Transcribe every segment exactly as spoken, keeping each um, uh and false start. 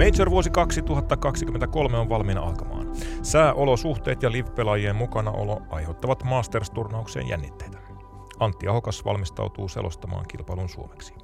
Major-vuosi kaksituhattakaksikymmentäkolme on valmiina alkamaan. Sääolosuhteet ja live-pelaajien mukanaolo aiheuttavat Masters-turnaukseen jännitteitä. Antti Ahokas valmistautuu selostamaan kilpailun suomeksi.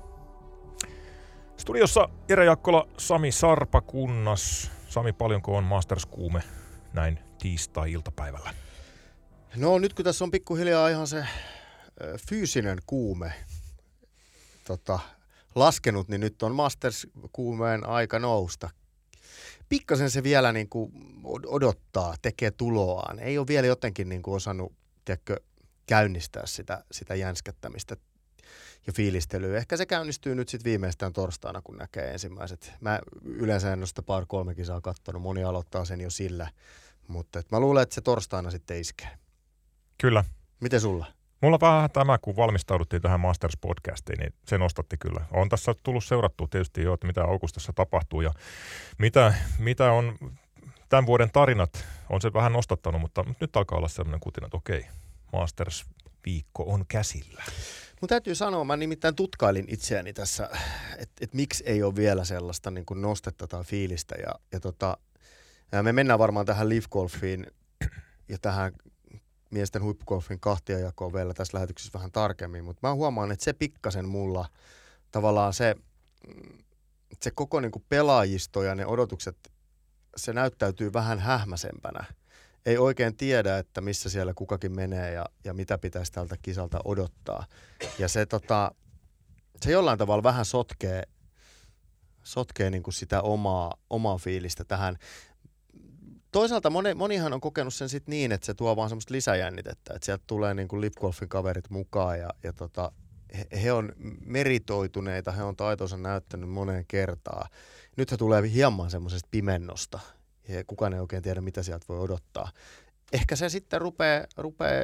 Studiossa Jere Jakkola, Sami Sarpakunnas. Sami, paljonko on Masters-kuume näin tiistai-iltapäivällä? No nyt kun tässä on pikkuhiljaa ihan se fyysinen kuume tota, laskenut, niin nyt on Masters-kuumeen aika nousta. Pikkasen se vielä niin kuin odottaa, tekee tuloaan. Ei ole vielä jotenkin niin kuin osannut tiedätkö, käynnistää sitä, sitä jänskättämistä ja fiilistelyä. Ehkä se käynnistyy nyt sitten viimeistään torstaina, kun näkee ensimmäiset. Mä yleensä en ole sitä par kolme kisaa katsonut. Moni aloittaa sen jo sillä. Mutta mä luulen, että se torstaina sitten iskee. Kyllä. Miten sulla? Mulla vähän tämä, kun valmistauduttiin tähän Masters-podcastiin, niin se nostatti kyllä. On tässä tullut seurattua tietysti jo, että mitä Augustassa tapahtuu ja mitä, mitä on tämän vuoden tarinat. On se vähän nostattanut, mutta nyt alkaa olla sellainen kutina, että okei, Masters-viikko on käsillä. Mun täytyy sanoa, mä nimittäin tutkailin itseäni tässä, että et miksi ei ole vielä sellaista niin kuin nostetta tai fiilistä. Ja, ja tota, ja me mennään varmaan tähän Live Golfiin ja tähän miesten huippugolfin kahtiajakoon vielä tässä lähetyksessä vähän tarkemmin, mutta mä huomaan, että se pikkasen mulla tavallaan se, se koko niin kuin pelaajisto ja ne odotukset, se näyttäytyy vähän hähmäsempänä. Ei oikein tiedä, että missä siellä kukakin menee ja, ja mitä pitäisi tältä kisalta odottaa. Ja se, tota, se jollain tavalla vähän sotkee, sotkee niin kuin sitä omaa, omaa fiilistä tähän. Toisaalta moni, monihan on kokenut sen sit niin, että se tuo vaan semmoista lisäjännitettä, että sieltä tulee niin kuin Live Golfin kaverit mukaan ja, ja tota, he, he on meritoituneita, he on taitonsa näyttänyt moneen kertaan. Nyt he tulee hieman semmoisesta pimennosta ja kukaan ei oikein tiedä, mitä sieltä voi odottaa. Ehkä se sitten rupeaa, rupeaa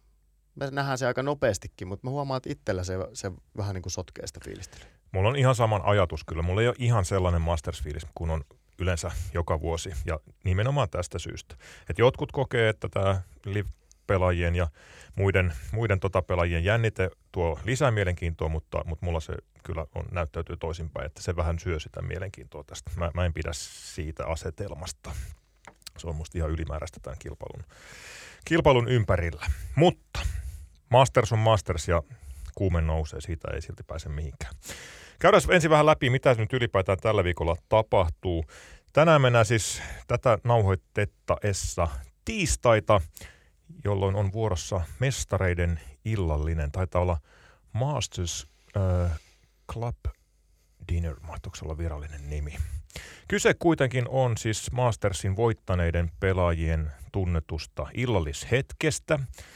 me nähdään se aika nopeastikin, mutta mä huomaan, että itsellä se, se vähän niin kuin sotkee sitä fiilistelyä. Mulla on ihan saman ajatus kyllä. Mulla ei ole ihan sellainen Masters-fiilis, kun on yleensä joka vuosi, ja nimenomaan tästä syystä. Et jotkut kokee, että tämä live-pelaajien ja muiden, muiden tota pelaajien jännite tuo lisää mielenkiintoa, mutta, mutta mulla se kyllä on, näyttäytyy toisinpäin, että se vähän syö sitä mielenkiintoa tästä. Mä, mä en pidä siitä asetelmasta. Se on musta ihan ylimääräistä tämän kilpailun, kilpailun ympärillä. Mutta Masters on Masters ja kuume nousee, siitä ei silti pääse mihinkään. Käydään ensin vähän läpi, mitä nyt ylipäätään tällä viikolla tapahtuu. Tänään mennään siis tätä nauhoitettaessa tiistaita, jolloin on vuorossa mestareiden illallinen. Taitaa olla Masters äh, Club Dinner, mahtoiko olla virallinen nimi. Kyse kuitenkin on siis Mastersin voittaneiden pelaajien tunnetusta illallishetkestä.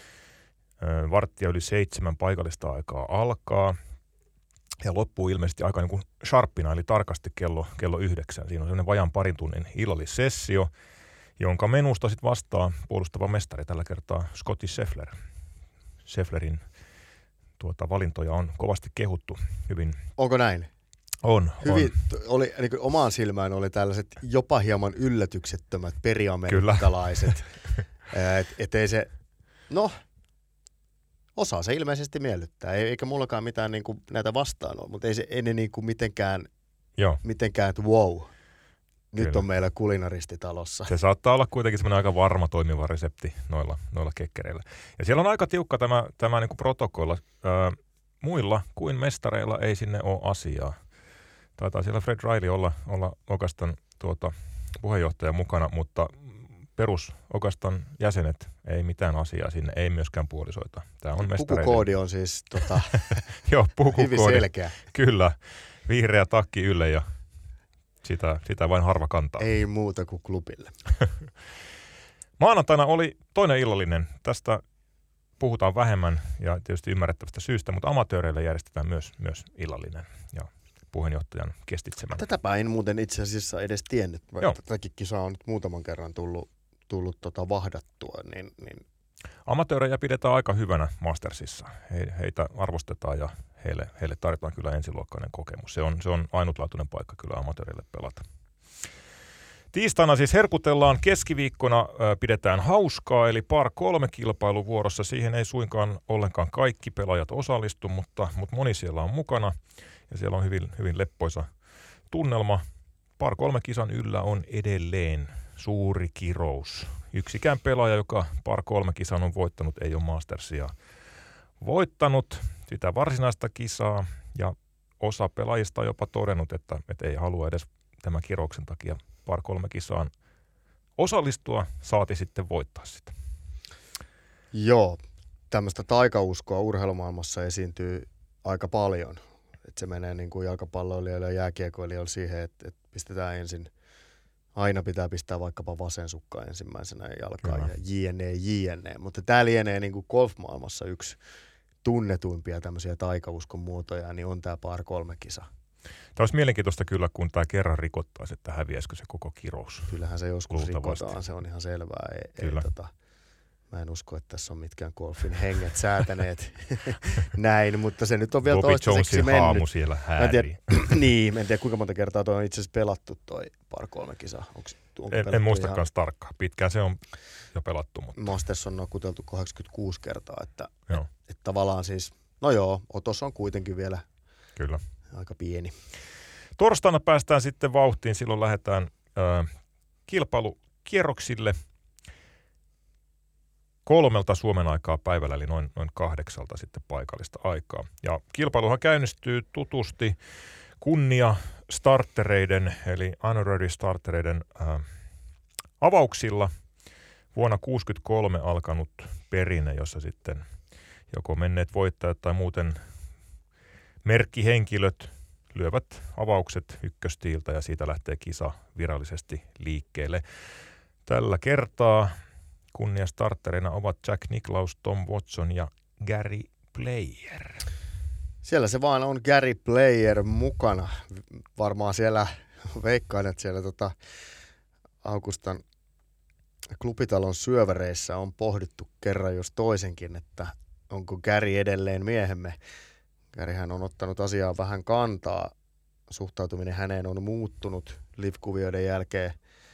Äh, varttia yli seitsemän paikallista aikaa alkaa. Ja loppuu ilmeisesti aika niin kuin sharppina, eli tarkasti kello, kello yhdeksän. Siinä on sellainen vajan parin tunnin illallissessio, jonka menusta sitten vastaa puolustava mestari tällä kertaa Scottie Scheffler. Schefflerin tuota, valintoja on kovasti kehuttu hyvin. Onko näin? On. Hyvin, on. Oli, niin kuin omaan silmään oli tällaiset jopa hieman yllätyksettömät periamerikkalaiset. et, et ei se, no... Osaa se ilmeisesti miellyttää, eikä mullakaan mitään niin kuin näitä vastaan ole, mutta ei se ennen niin kuin mitenkään, Joo. mitenkään, että wow, nyt Kyllä. on meillä kulinaristi talossa. Se saattaa olla kuitenkin semmoinen aika varma toimiva resepti noilla, noilla kekkereillä. Ja siellä on aika tiukka tämä, tämä niin kuin protokolla. Öö, muilla kuin mestareilla ei sinne ole asiaa. Taitaa siellä Fred Riley olla, olla Augastan tuota, puheenjohtaja mukana, mutta perus Augastan jäsenet, ei mitään asiaa sinne, ei myöskään puolisoita. Tämä on mestareiden. Pukukoodi on siis tota, Joo, pukukoodi. hyvin selkeä. Kyllä, vihreä takki ylle ja sitä, sitä vain harva kantaa. Ei muuta kuin klubille. Maanantaina oli toinen illallinen. Tästä puhutaan vähemmän ja tietysti ymmärrettävästä syystä, mutta amatööreille järjestetään myös, myös illallinen ja puheenjohtajan kestitsemän. Tätäpä en muuten itse asiassa edes tiennyt. Tätäkin kisaa on nyt muutaman kerran tullut, tullut tota vahdattua. Niin, niin. Amatöörejä pidetään aika hyvänä Mastersissa. He, heitä arvostetaan ja heille, heille tarjotaan kyllä ensiluokkainen kokemus. Se on, se on ainutlaatuinen paikka kyllä amatööreille pelata. Tiistaina siis herkutellaan, keskiviikkona ö, pidetään hauskaa, eli par kolme kilpailu vuorossa. Siihen ei suinkaan ollenkaan kaikki pelaajat osallistu, mutta, mutta moni siellä on mukana. Ja siellä on hyvin, hyvin leppoisa tunnelma. par kolme kisan yllä on edelleen suuri kirous. Yksikään pelaaja, joka par kolme kisan on voittanut, ei ole Mastersia voittanut sitä varsinaista kisaa. Ja osa pelaajista on jopa todennut, että, että ei halua edes tämän kirouksen takia par kolme kisaan osallistua, saati sitten voittaa sitä. Joo, tämmöistä taikauskoa urheilumaailmassa esiintyy aika paljon. Että se menee niin kuin jalkapalloilijoille ja jääkiekoilijoille siihen, että, että pistetään ensin, aina pitää pistää vaikkapa vasen sukka ensimmäisenä jalkaan Kyllä. ja jne, jne. Mutta tämä lienee niin kuin golfmaailmassa yksi tunnetuimpia tämmöisiä taikauskon muotoja, niin on tämä par kolme kisa. Tämä olisi mielenkiintoista kyllä, kun tämä kerran rikottaisi, että häviäisikö se koko kirous. Kyllähän se joskus rikotaan, se on ihan selvää. Ei, ei, tota, mä en usko, että tässä on mitkään golfin henget säätäneet näin, mutta se nyt on vielä Bobby toistaiseksi Jonesin mennyt. haamu siellä häärii. Niin, en tiedä kuinka monta kertaa toi on itse asiassa pelattu toi par kolme kisa. Onks, en en muistakaan ihan tarkkaan. Pitkään se on jo pelattu. Mutta. Masters on kuteltu kahdeksankymmentäkuusi kertaa, että joo. et, et tavallaan siis, no joo, otos on kuitenkin vielä Kyllä. aika pieni. Torstaina päästään sitten vauhtiin, silloin lähdetään äh, kilpailukierroksille kolmelta Suomen aikaa päivällä, eli noin, noin kahdeksalta sitten paikallista aikaa. Ja kilpailuhan käynnistyy tutusti kunnia startereiden, eli honorary startereiden äh, avauksilla. Vuonna kuusikymmentäkolme alkanut perinne, jossa sitten joko menneet voittajat tai muuten merkkihenkilöt lyövät avaukset ykköstiiltä ja siitä lähtee kisa virallisesti liikkeelle. Tällä kertaa kunniastarttereina ovat Jack Nicklaus, Tom Watson ja Gary Player. Siellä se vaan on Gary Player mukana. Varmaan siellä, veikkaan, että siellä tota Augustan klubitalon syöväreissä on pohdittu kerran jos toisenkin, että onko Gary edelleen miehemme. Garyhän on ottanut asiaan vähän kantaa. Suhtautuminen häneen on muuttunut live-kuvioiden jälkeen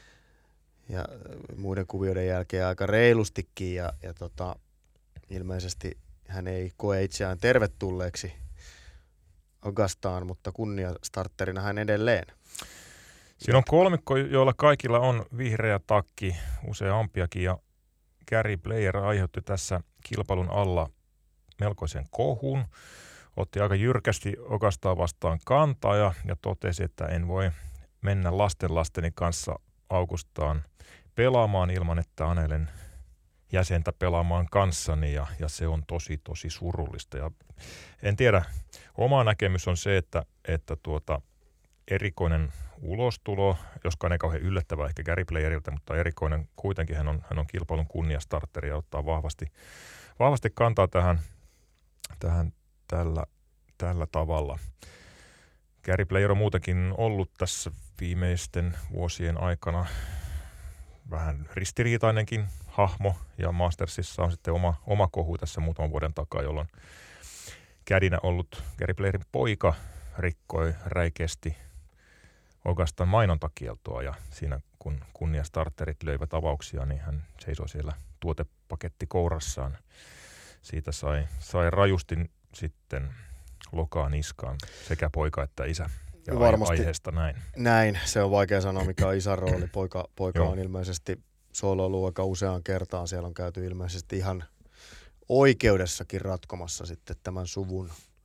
ja muiden kuvioiden jälkeen aika reilustikin. Ja, ja tota, ilmeisesti hän ei koe itseään tervetulleeksi Augustaan, mutta kunniastartterina hän edelleen. Siinä on kolmikko, joilla kaikilla on vihreä takki, useampiakin, ja Gary Player aiheutti tässä kilpailun alla melkoisen kohun. Otti aika jyrkästi Augustaa vastaan kantaa ja, ja totesi, että en voi mennä lastenlasteni kanssa Augustaan pelaamaan ilman, että anelen jäsentä pelaamaan kanssani ja, ja se on tosi, tosi surullista. Ja en tiedä, oma näkemys on se, että, että tuota, erikoinen ulostulo, joskaan ei kauhean yllättävää ehkä Gary Playerilta, mutta erikoinen kuitenkin hän on, hän on kilpailun kunniastartteri ja ottaa vahvasti, vahvasti kantaa tähän, tähän tällä, tällä tavalla. Gary Player on muutenkin ollut tässä viimeisten vuosien aikana vähän ristiriitainenkin hahmo, ja Mastersissa on sitten oma, oma kohu tässä muutaman vuoden takaa, jolloin kädinä ollut Gary Playerin poika rikkoi räikeästi Augustan mainontakieltoa, ja siinä kun kunniastarterit löivät avauksia, niin hän seisoi siellä tuotepaketti kourassaan. Siitä sai, sai rajusti sitten lokaa niskaan sekä poika että isä. Ja varmasti aiheesta näin. Näin, se on vaikea sanoa mikä on isän rooli. Poika, poika on ilmeisesti sooloillut aika useaan kertaan. Siellä on käyty ilmeisesti ihan oikeudessakin ratkomassa sitten tämän suvun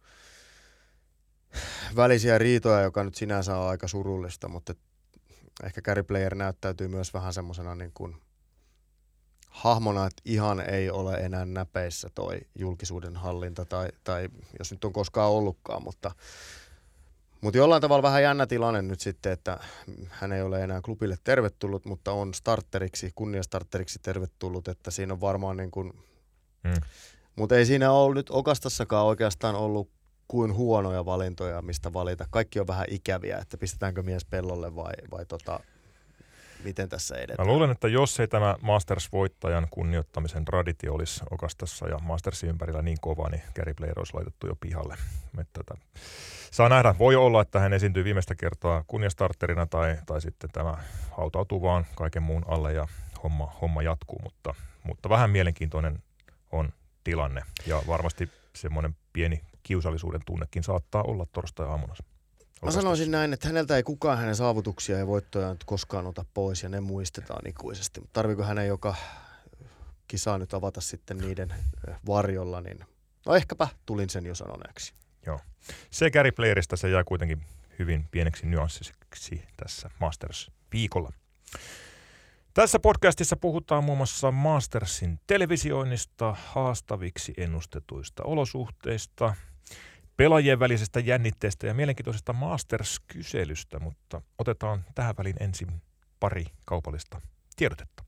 välisiä riitoja, joka nyt sinänsä on aika surullista, mutta ehkä Gary Player näyttäytyy myös vähän semmoisena niin kuin hahmona, että ihan ei ole enää näpeissä toi julkisuuden hallinta tai, tai jos nyt on koskaan ollutkaan, mutta, mutta jollain tavalla vähän jännä tilanne nyt sitten, että hän ei ole enää klubille tervetullut, mutta on starteriksi, kunniastarteriksi tervetullut, että siinä on varmaan niin kuin, hmm. mutta ei siinä ole nyt Augustassakaan oikeastaan ollut kuin huonoja valintoja, mistä valita. Kaikki on vähän ikäviä, että pistetäänkö mies pellolle vai, vai tota, miten tässä edetään. Mä luulen, että jos ei tämä Masters-voittajan kunnioittamisen traditio olisi Augustassa ja Mastersin ympärillä niin kova, niin Gary Player olisi laitettu jo pihalle. Että, että, saa nähdä. Voi olla, että hän esiintyy viimeistä kertaa kunniastarterina tai, tai sitten tämä hautautuu vaan kaiken muun alle ja homma, homma jatkuu, mutta, mutta vähän mielenkiintoinen on tilanne ja varmasti semmoinen pieni kiusallisuuden tunnekin saattaa olla torstai-aamuna. Mä sanoisin näin, että häneltä ei kukaan hänen saavutuksia ja voittojaan nyt koskaan ota pois ja ne muistetaan ikuisesti. Mutta tarviiko hänen joka kisaa nyt avata sitten niiden varjolla, niin no ehkäpä tulin sen jo sanoneeksi. Joo. Se Gary Playrista se jää kuitenkin hyvin pieneksi nyanssiksi tässä Masters-viikolla. Tässä podcastissa puhutaan muun muassa Mastersin televisioinnista, haastaviksi ennustetuista olosuhteista, pelaajien välisestä jännitteestä ja mielenkiintoisesta Masters-kyselystä, mutta otetaan tähän väliin ensin pari kaupallista tiedotetta.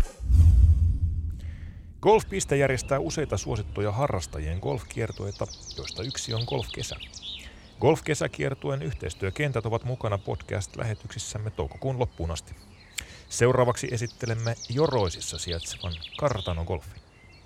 Golf.piste järjestää useita suosittuja harrastajien golfkiertueita, joista yksi on Golfkesä. Golfkesäkiertueen yhteistyökentät ovat mukana podcast-lähetyksissämme toukokuun loppuun asti. Seuraavaksi esittelemme Joroisissa sijaitsevan Kartano Golfin.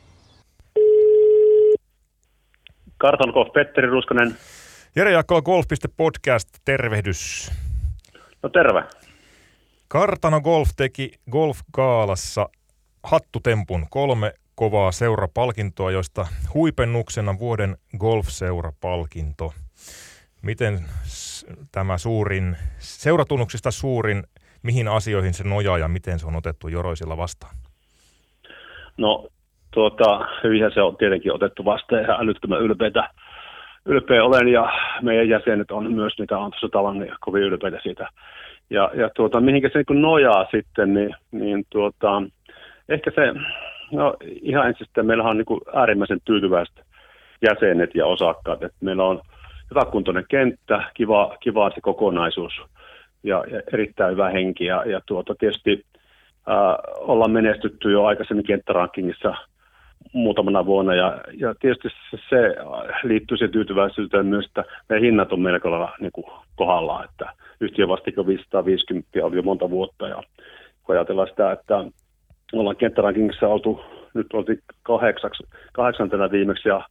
Kartano Golf, Petteri Ruskonen. Jere Jaakkola, Golf.podcast, tervehdys. No terve. Kartano Golf teki Golf-gaalassa hattutempun, kolme kovaa seurapalkintoa, joista huipennuksena vuoden golf-seurapalkinto. Miten tämä suurin, seuratunnuksista suurin, mihin asioihin se nojaa ja miten se on otettu Joroisilla vastaan? No tuota, hyvinhän se on tietenkin otettu vastaan ja älyttömän ylpeitä. Ylpeä olen ja meidän jäsenet on myös, mitä on tuossa tavannut, niin kovin ylpeitä siitä. Ja, ja tuota, mihinkä se niin nojaa sitten, niin, niin tuota, ehkä se, no ihan ensisteen meillähän on niin äärimmäisen tyytyväiset jäsenet ja osakkaat, että meillä on hyväkuntoinen kenttä, kiva, kiva se kokonaisuus ja, ja erittäin hyvä henki. Ja, ja tuota, tietysti ää, ollaan menestytty jo aikaisemmin kenttärankingissa muutamana vuonna ja, ja tietysti se, se liittyy siihen tyytyväisyyteen myös, että meidän hinnat on melko lailla niin kuin kohdallaan, että yhtiövastikko viisisataaviisikymmentä oli jo monta vuotta ja kun ajatellaan sitä, että ollaan kenttärankingissa oltu, nyt oltiin kahdeksaksi, kahdeksantena viimeksi ja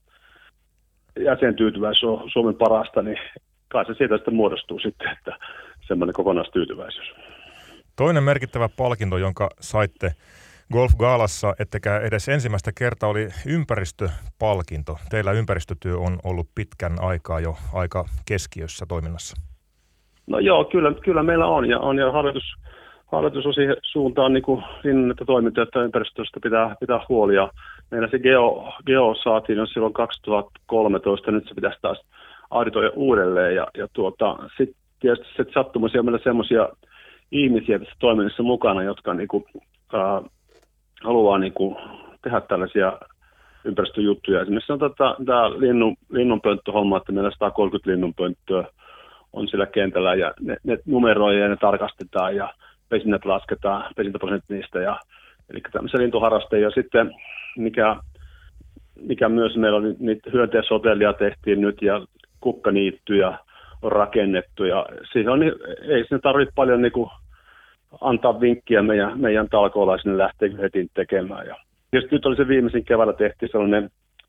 jäsentyytyväisyys on Suomen parasta, niin kai se siitä sitten muodostuu sitten, että semmoinen kokonaistyytyväisyys. Toinen merkittävä palkinto, jonka saitte Golf-gaalassa, ettekä edes ensimmäistä kertaa, oli ympäristöpalkinto. Teillä ympäristötyö on ollut pitkän aikaa jo aika keskiössä toiminnassa. No joo, kyllä, kyllä meillä on ja, on, ja hallitus, hallitus on siihen suuntaan niin kuin että toiminta, että ympäristöstä pitää, pitää huolia. Meillä se geo, geo saatiin jo silloin kaksituhattakolmetoista, nyt se pitäisi taas auditoida uudelleen. Ja, ja tuota, sitten tietysti sit sattumoisia on meillä semmoisia ihmisiä tässä toiminnassa mukana, jotka niinku, ää, haluaa niinku, tehdä tällaisia ympäristöjuttuja. Esimerkiksi on tämä linnun, linnunpönttöhomma, että meillä sata kolmekymmentä linnunpönttöä on sillä kentällä ja ne, ne numeroidaan ja ne tarkastetaan ja pesinnät lasketaan, pesintäprosentit niistä. Ja, eli tämmöisiä lintuharrastajia. Sitten mikä, mikä myös meillä on, niitä hyönteishotellia tehtiin nyt ja kukkaniittyjä on rakennettu ja siihen on, ei sinne tarvitse paljon niin kuin antaa vinkkiä meidän, meidän talkoolaisille lähteekö heti tekemään. Ja tietysti nyt oli se viimeisin keväällä tehtiin sellainen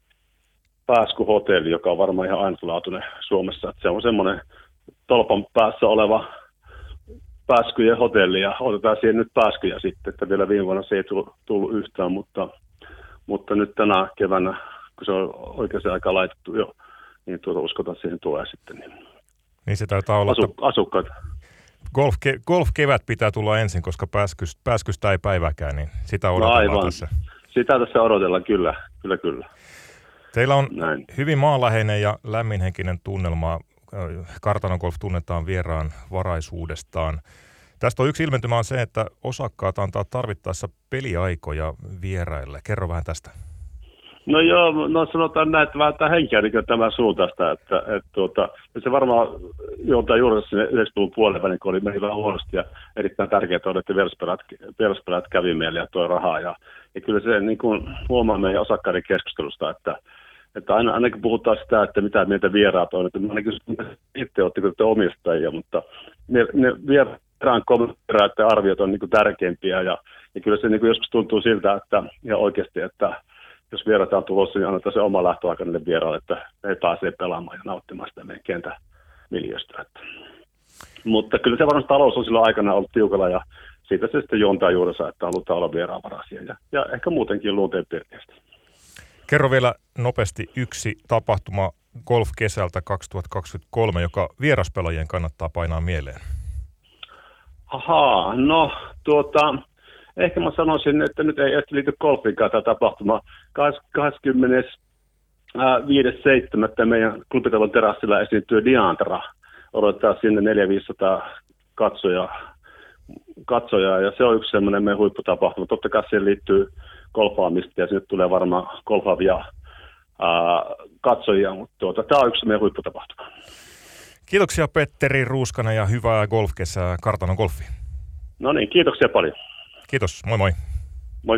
pääskyhotelli, joka on varmaan ihan ainutlaatuinen Suomessa. Että se on semmoinen tolpan päässä oleva pääskyjen hotelli ja otetaan siihen nyt pääskyjä sitten, että vielä viime vuonna se ei tullut, tullut yhtään, mutta, mutta nyt tänä keväänä, kun se on oikeaan aikaan laitettu jo, niin tuota uskotaan, että siihen tulee sitten. Niin, niin se taitaa olla, asu, asukkaat. Golf, golf-kevät pitää tulla ensin, koska pääskystä, pääskystä ei päiväkään, niin sitä odotellaan no tässä. Sitä tässä odotellaan, kyllä, kyllä, kyllä. Teillä on Näin. hyvin maanläheinen ja lämminhenkinen tunnelma. Kartano Golf tunnetaan vieraan varaisuudestaan. Tästä on yksi ilmentymä on se, että osakkaat antaa tarvittaessa peliaikoja vieraille. Kerro vähän tästä. No joo, no sanotaan näin, että vähän tämä henkeä niin tämä suuntaista, että, että tuota, se varmaan juontaa juuri sinne yhdeksänkymmentäluvun puolen välin, kun oli meni vähän huonosti ja erittäin tärkeää on, että vieraspeläät kävi meille ja tuo rahaa. Ja, ja kyllä se niin kuin huomaa meidän osakkaiden keskustelusta, että, että aina, ainakin puhutaan sitä, että mitä mieltä vieraat on, että ainakin itse olette kyllä omistajia, mutta ne, ne vieraan kommenttereiden arviot on niin kuin tärkeimpiä ja, ja kyllä se niin kuin joskus tuntuu siltä, että ihan oikeasti, että jos vieraat on tulossa, niin annetaan se oma lähtöaika niille vieraalle, että he pääsee pelaamaan ja nauttimaan sitä meidän kentän miljöstä. Mutta kyllä se varmasti talous on silloin aikana ollut tiukalla ja siitä se sitten juontaa juurensa, että halutaan olla vieraanvaraisia ja, ja ehkä muutenkin luonteenpiirteistä. Kerro vielä nopeasti yksi tapahtuma golf-kesältä kaksituhattakaksikymmentäkolme, joka vieraspelaajien kannattaa painaa mieleen? Ahaa, no tuota, ehkä mä sanoisin, että nyt ei edes liity golfinkaan tämä tapahtuma. kahdeskymmenesviides seitsemättä meidän klubitalon terassilla esiintyy Diantra. Odotetaan sinne neljäsataa viisisataa katsojaa, katsojaa, ja se on yksi semmoinen meidän huipputapahtuma. Totta kai siihen liittyy golfaamista, ja sinne tulee varmaan golfaavia ää, katsojia, mutta tuota, tämä on yksi meidän huipputapahtuma. Kiitoksia Petteri Ruuskanen ja hyvää golfkesää Kartanon golfiin. No niin, kiitoksia paljon. Kiitos, moi moi. Moi.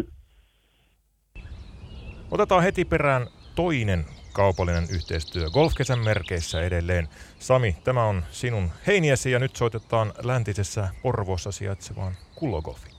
Otetaan heti perään toinen kaupallinen yhteistyö golfkesän merkeissä edelleen. Sami, tämä on sinun heiniäsi ja nyt soitetaan läntisessä Porvoossa sijaitsevaan Kullogolfiin.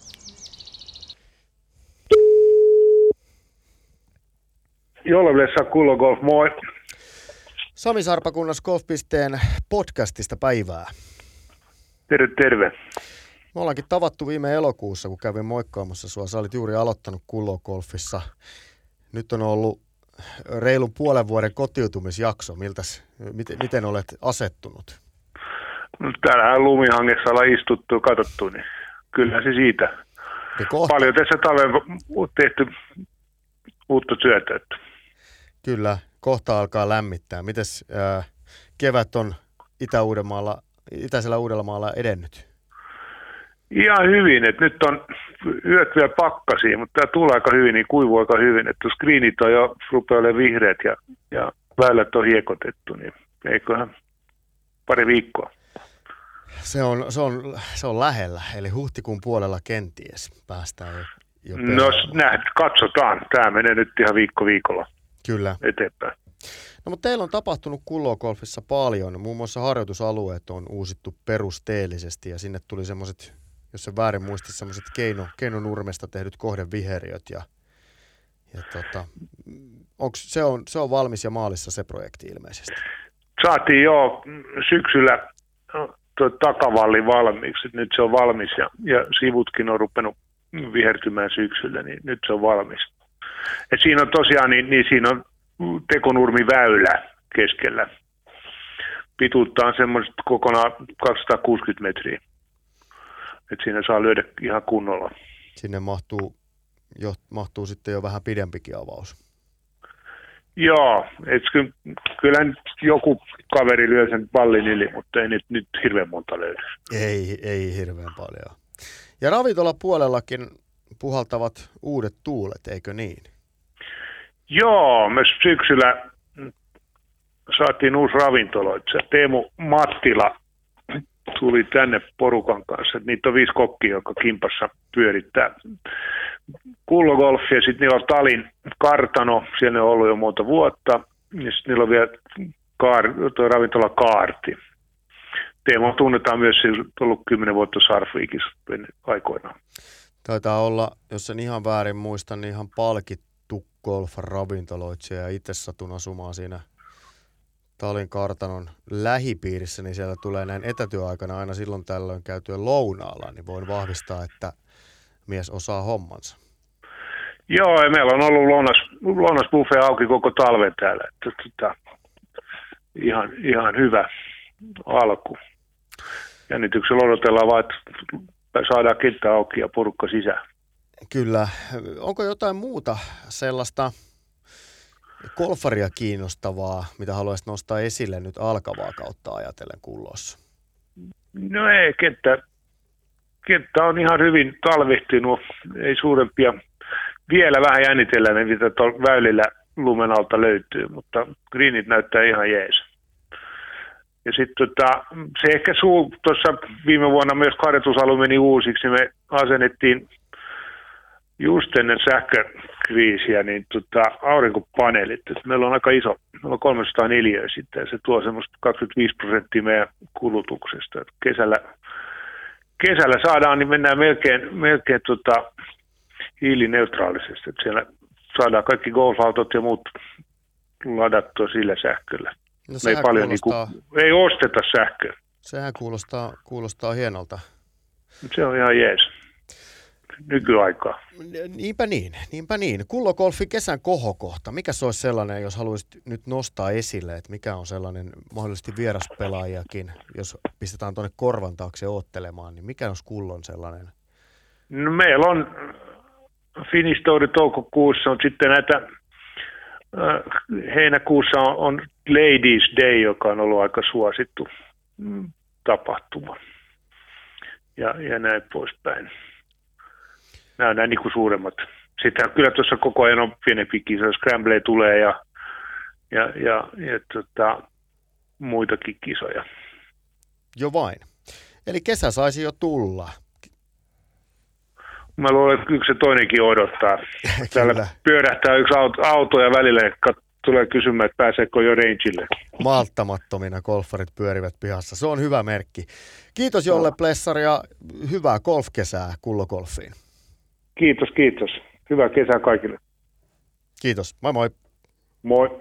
Jollevlessa Kullogolf, moi. Sami Sarpakunnas Golf.pisteen podcastista päivää. Terve, terve. Me ollaankin tavattu viime elokuussa, kun kävin moikkaamassa sua. Sä olit juuri aloittanut Kullogolfissa. Nyt on ollut reilun puolen vuoden kotiutumisjakso. Miltäs, miten, miten olet asettunut? No, täällähän lumihangessa ollaan istuttu ja katsottu, niin kyllä se siitä. Kohta, paljon tässä talven on tehty uutta työtä. Että. Kyllä, kohta alkaa lämmittää. Mites ää, kevät on Itä-Uudellamaalla, Itäisellä Uudellamaalla edennyt? Ihan hyvin, että nyt on yöt vielä pakkasia, mutta tämä tulee aika hyvin, niin kuivuu aika hyvin, että screenit on jo rupeaa olemaan vihreät ja, ja väylät on hiekotettu, niin eiköhän pari viikkoa. Se on, se on, se on lähellä, eli huhtikuun puolella kenties päästään jo, jo No nähdään, katsotaan. Tämä menee nyt ihan viikko viikolla Kyllä. eteenpäin. No mutta teillä on tapahtunut Kullogolfissa paljon. Muun muassa harjoitusalueet on uusittu perusteellisesti ja sinne tuli semmoiset, jos en väärin muista, semmoiset keino, keinonurmesta tehdyt kohdeviheriöt. Ja, ja tota, onks, se, on, se on valmis ja maalissa se projekti ilmeisesti. Saatiin jo syksyllä tuo takavalli valmiiksi. Nyt se on valmis ja, ja sivutkin on rupenut vihertymään syksyllä, niin nyt se on valmis. Et siinä on tosiaan, niin, niin siinä on tekonurmiväylä keskellä. Pituutta on semmoista kokonaan kaksisataakuusikymmentä metriä. Et siinä saa lyödä ihan kunnolla. Sinne mahtuu, jo, mahtuu sitten jo vähän pidempikin avaus. Joo, et ky, kyllä joku kaveri lyö sen pallin yli, mutta ei nyt, nyt hirveän monta löydy. Ei, ei hirveän paljon. Ja ravintolapuolellakin puhaltavat uudet tuulet, eikö niin? Joo, me syksyllä saatiin uusi ravintoloitsija. Teemu Mattila tuli tänne porukan kanssa. Niitä on viisi kokkia, jotka kimpassa pyörittää Kullogolfia. Sitten niillä on Talin kartano, siellä on ollut jo monta vuotta. Ja sitten niillä on vielä kaar, tuo ravintola Kaarti. Teemu tunnetaan myös, sillä on ollut kymmenen vuotta Surfweekissa aikoinaan. Taitaa olla, jos en ihan väärin muista, niin ihan palkittu golf-ravintoloitsija. Ja itse satun asumaan siinä Talin kartanon lähipiirissä, niin siellä tulee näin etätyöaikana aina silloin tällöin käytyä lounaalla, niin voin vahvistaa, että mies osaa hommansa. Joo, ja meillä on ollut lounas, lounasbuffet auki koko talven täällä. Että, että, ihan, ihan hyvä alku. Jännityksellä odotellaan vaan, että saadaan kenttä auki ja porukka sisään. Kyllä. Onko jotain muuta sellaista golfaria kiinnostavaa, mitä haluaisit nostaa esille nyt alkavaa kautta ajatellen Kullossa? No ei, kenttä, kenttä on ihan hyvin talvehtinut, ei suurempia. Vielä vähän jännitellään, mitä tuolla väylillä lumen alta löytyy, mutta greenit näyttää ihan jees. Ja sitten tota, se ehkä tuossa viime vuonna myös harjoitusalue meni uusiksi, me asennettiin just ennen sähkökriisiä niin tota, aurinkopaneelit. Et meillä on aika iso, meillä on kolmesataaneljä sitten ja se tuo semmoista kaksikymmentäviisi prosenttia meidän kulutuksesta. Et kesällä, kesällä saadaan, niin mennään melkein, melkein tota, hiilineutraalisesti. Et siellä saadaan kaikki golfautot ja muut ladattua sillä sähköllä. No, me ei paljon kuulostaa, niinku, ei osteta sähköä. Sehän kuulostaa, kuulostaa hienolta. Se on ihan jees. nykyaikaa. Niinpä niin, niinpä niin. Kullogolfin kesän kohokohta. Mikä se olisi sellainen, jos haluaisit nyt nostaa esille, että mikä on sellainen mahdollisesti vieraspelaajakin, jos pistetään tuonne korvan taakse oottelemaan, niin mikä olisi Kullon sellainen? No meillä on Finnish Touri toukokuussa, on sitten näitä, äh, heinäkuussa on, on Ladies Day, joka on ollut aika suosittu mm, tapahtuma. Ja, ja näin poispäin. Nämä on nämä niin kuin suuremmat. Sitten kyllä tuossa koko ajan on pienempi kisa, Scramble tulee ja, ja, ja, ja tota, muitakin kisoja. Jo vain. Eli kesä saisi jo tulla. Mä luulen, että yksi se toinenkin odottaa. Täällä pyörähtää yksi auto, auto ja välillä kat- tulee kysymään, että pääseekö jo rangeille. Malttamattomina golfarit pyörivät pihassa. Se on hyvä merkki. Kiitos Jolle Plessari ja hyvää golfkesää Kullogolfiin. Kiitos, kiitos. Hyvää kesää kaikille. Kiitos. Moi moi. Moi.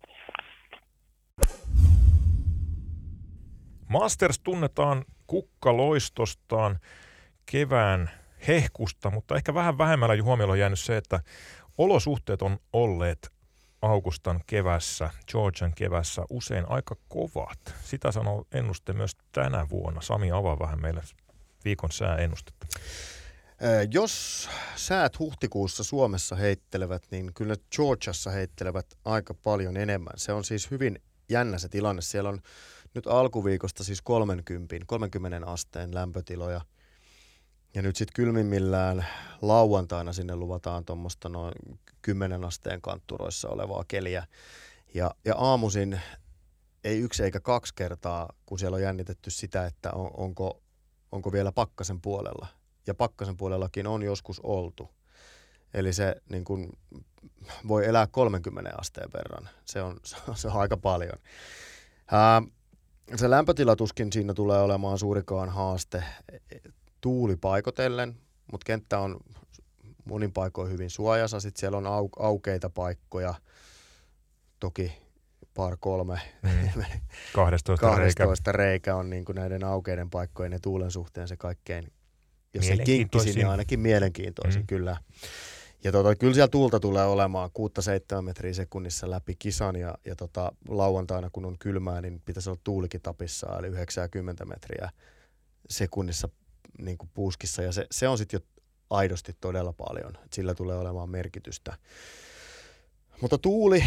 Masters tunnetaan kukkaloistostaan, kevään hehkusta, mutta ehkä vähän vähemmällä huomiolla on jäänyt se, että olosuhteet on olleet Augustan kevässä, Georgian kevässä usein aika kovat. Sitä sanoo ennuste myös tänä vuonna. Sami, avaa vähän meille viikon sääennustetta. Jos säät huhtikuussa Suomessa heittelevät, niin kyllä Georgiassa heittelevät aika paljon enemmän. Se on siis hyvin jännä se tilanne. Siellä on nyt alkuviikosta siis kolmekymmentä, kolmekymmentä asteen lämpötiloja. Ja nyt sitten kylmimmillään lauantaina sinne luvataan tuommoista noin kymmenen asteen kantturoissa olevaa keliä. Ja, ja aamuisin ei yksi eikä kaksi kertaa, kun siellä on jännitetty sitä, että on, onko, onko vielä pakkasen puolella. Ja pakkasen puolellakin on joskus oltu. Eli se niin kun, voi elää kolmekymmentä asteen verran. Se on, se on aika paljon. Ää, se lämpötilatuskin siinä tulee olemaan suurikaan haaste tuuli paikotellen, mutta kenttä on monin paikoin hyvin suojassa. Sitten siellä on au, aukeita paikkoja, toki par kolme, mm. kaksitoista, kaksitoista reikä. reikä on niin kuin näiden aukeiden paikkojen ja tuulen suhteen se kaikkein, jos ei kinkkisin, niin ainakin mielenkiintoisin, mm. kyllä. Ja tota, kyllä siellä tuulta tulee olemaan kuusi seitsemän metriä sekunnissa läpi kisan ja, ja tota, lauantaina kun on kylmää, niin pitäisi olla tuulikin tapissa, eli yhdeksänkymmentä metriä sekunnissa niin kuin puuskissa, ja se, se on sitten jo aidosti todella paljon, että sillä tulee olemaan merkitystä. Mutta tuuli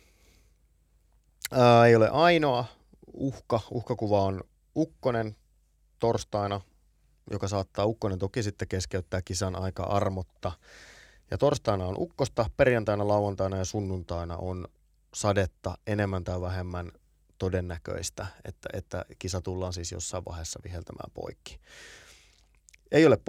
ää, ei ole ainoa uhka. Uhkakuva on ukkonen torstaina, joka saattaa ukkonen toki sitten keskeyttää kisan aika armotta. Ja torstaina on ukkosta, perjantaina, lauantaina ja sunnuntaina on sadetta enemmän tai vähemmän todennäköistä, että, että kisa tullaan siis jossain vaiheessa viheltämään poikki. Ei ole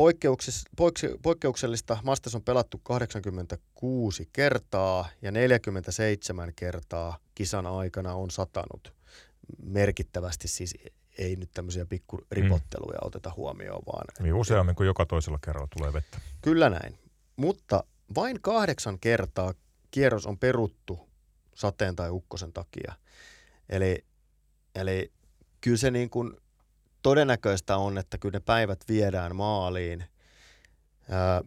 poikkeuksellista. Masters on pelattu kahdeksankymmentäkuusi kertaa ja neljäkymmentäseitsemän kertaa kisan aikana on satanut merkittävästi. Siis ei nyt tämmöisiä pikkuripotteluja mm. oteta huomioon, vaan... Niin useammin kuin joka toisella kerralla tulee vettä. Kyllä näin. Mutta vain kahdeksan kertaa kierros on peruttu sateen tai ukkosen takia. Eli, eli kyllä se niin kuin todennäköistä on, että kyllä ne päivät viedään maaliin. Ää,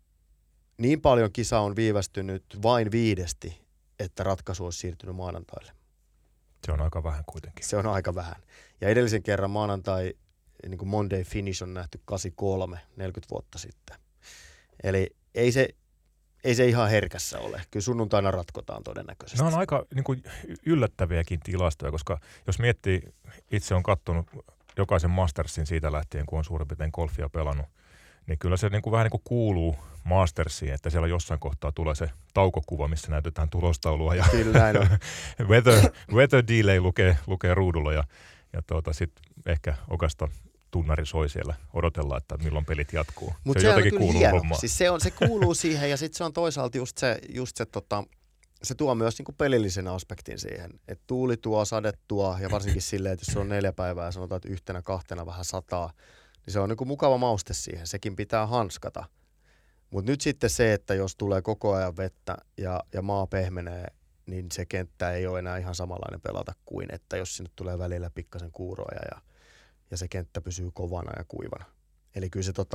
niin paljon kisa on viivästynyt vain viidesti, että ratkaisu olisi siirtynyt maanantaille. Se on aika vähän kuitenkin. Se on aika vähän. Ja edellisen kerran maanantai, niin kuin Monday Finish on nähty kahdeksankymmentäkolme, neljäkymmentä vuotta sitten. Eli ei se, ei se ihan herkässä ole. Kyllä sunnuntaina ratkotaan todennäköisesti. Ne on aika niin kuin yllättäviäkin tilastoja, koska jos miettii, itse on katsonut jokaisen Mastersin siitä lähtien, kun on suurin piirtein golfia pelannut, niin kyllä se niin kuin vähän niin kuin kuuluu Mastersiin, että siellä jossain kohtaa tulee se taukokuva, missä näytetään tulostaulua ja weather, weather delay lukee, lukee ruudulla ja, ja tuota, sitten ehkä Augusta tunnari soi siellä, odotellaan, että milloin pelit jatkuu. Mut se, se jotenkin kuuluu hommaan. Siis se, on, se kuuluu siihen ja sitten se on toisaalta just se, just se, tota, se tuo myös niinku pelillisen aspektin siihen, että tuuli tuo, sade tuo ja varsinkin silleen, että jos se on neljä päivää ja sanotaan, että yhtenä kahtena vähän sataa, niin se on niinku mukava mauste siihen, sekin pitää hanskata. Mutta nyt sitten se, että jos tulee koko ajan vettä ja, ja maa pehmenee, niin se kenttä ei ole enää ihan samanlainen pelata kuin, että jos sinne tulee välillä pikkasen kuuroja ja, ja se kenttä pysyy kovana ja kuivana. Eli kyllä se tota,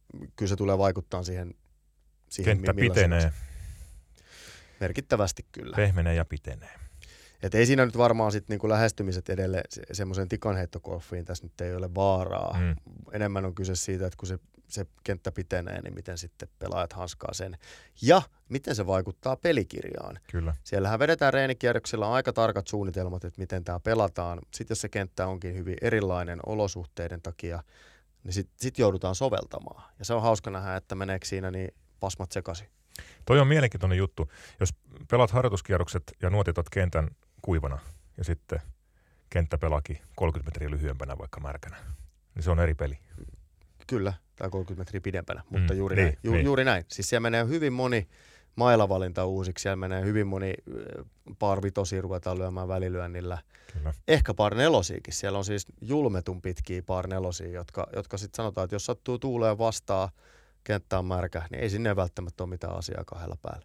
kyllä se tulee vaikuttaa siihen, siihen Kenttä pitenee. Merkittävästi kyllä. Pehmenee ja pitenee. Et ei siinä nyt varmaan sit niinku lähestymiset edelle se, semmoiseen tikanheittogolfiin tässä nyt ei ole vaaraa. Mm. Enemmän on kyse siitä, että kun se, se kenttä pitenee, niin miten sitten pelaajat hanskaa sen. Ja miten se vaikuttaa pelikirjaan. Kyllä. Siellähän vedetään reenikierroksilla aika tarkat suunnitelmat, että miten tämä pelataan. Sitten jos se kenttä onkin hyvin erilainen olosuhteiden takia, niin sitten sit joudutaan soveltamaan. Ja se on hauska nähdä, että meneekö siinä niin pasmat sekaisin. Toi on mielenkiintoinen juttu. Jos pelaat harjoituskierrokset ja nuotitat kentän kuivana ja sitten kenttä pelaakin kolmekymmentä metriä lyhyempänä vaikka märkänä, niin se on eri peli. Kyllä, tai kolmekymmentä metriä pidempänä, mutta mm, juuri, niin, näin. Ju, niin. juuri näin. Siis siellä menee hyvin moni mailavalinta uusiksi, siellä menee hyvin moni par vitosia ruvetaan lyömään välilyönnillä. Kyllä. Ehkä par nelosiakin. Siellä on siis julmetun pitkiä par nelosia, jotka, jotka sitten sanotaan, että jos sattuu tuuleen vastaan, kenttä on märkä, niin ei sinne välttämättä ole mitään asiaa kahdella päällä.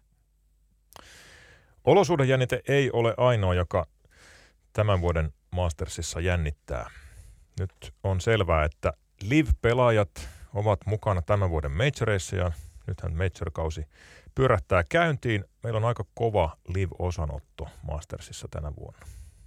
Olosuhdenjännite ei ole ainoa, joka tämän vuoden Mastersissa jännittää. Nyt on selvää, että live-pelaajat ovat mukana tämän vuoden majoreissa ja nythän major-kausi pyörähtää käyntiin. Meillä on aika kova live-osanotto Mastersissa tänä vuonna.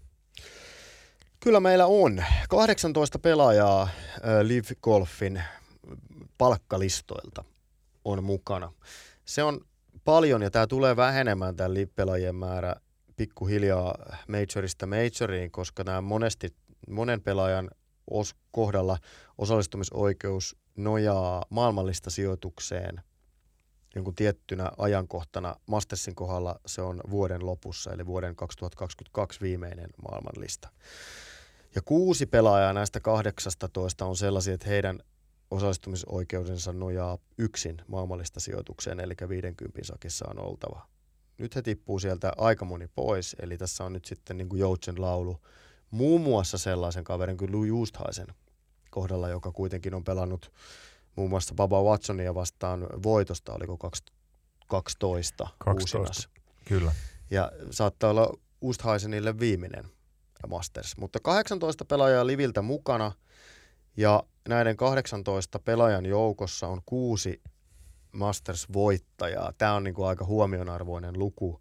Kyllä meillä on. kahdeksantoista pelaajaa äh, Live Golfin palkkalistoilta on mukana. Se on paljon ja tämä tulee vähenemään tämä live-pelaajien määrä pikkuhiljaa majorista majoriin, koska nämä monesti, monen pelaajan os, kohdalla osallistumisoikeus nojaa maailmallista sijoitukseen jonkun tiettynä ajankohtana. Mastersin kohdalla se on vuoden lopussa, eli vuoden kaksituhattakaksikymmentäkaksi viimeinen maailmanlista. Ja kuusi pelaajaa näistä kahdeksastatoista on sellaisia, että heidän osallistumisoikeudensa nojaa yksin maailmallista sijoitukseen, eli viidenkympin sakissa on oltava. Nyt he tippuu sieltä aika moni pois, eli tässä on nyt sitten niin kuin Joutsen laulu muun muassa sellaisen kaverin kuin Lou Oosthuizen kohdalla, joka kuitenkin on pelannut muun muassa Bubba Watsonia vastaan voitosta, oliko kaksitoista uusinnassa. Kyllä. Ja saattaa olla Oosthuizenille viimeinen Masters, mutta kahdeksantoista pelaajaa liviltä mukana ja näiden kahdeksantoista pelaajan joukossa on kuusi Masters-voittajaa. Tämä on niin kuin aika huomionarvoinen luku.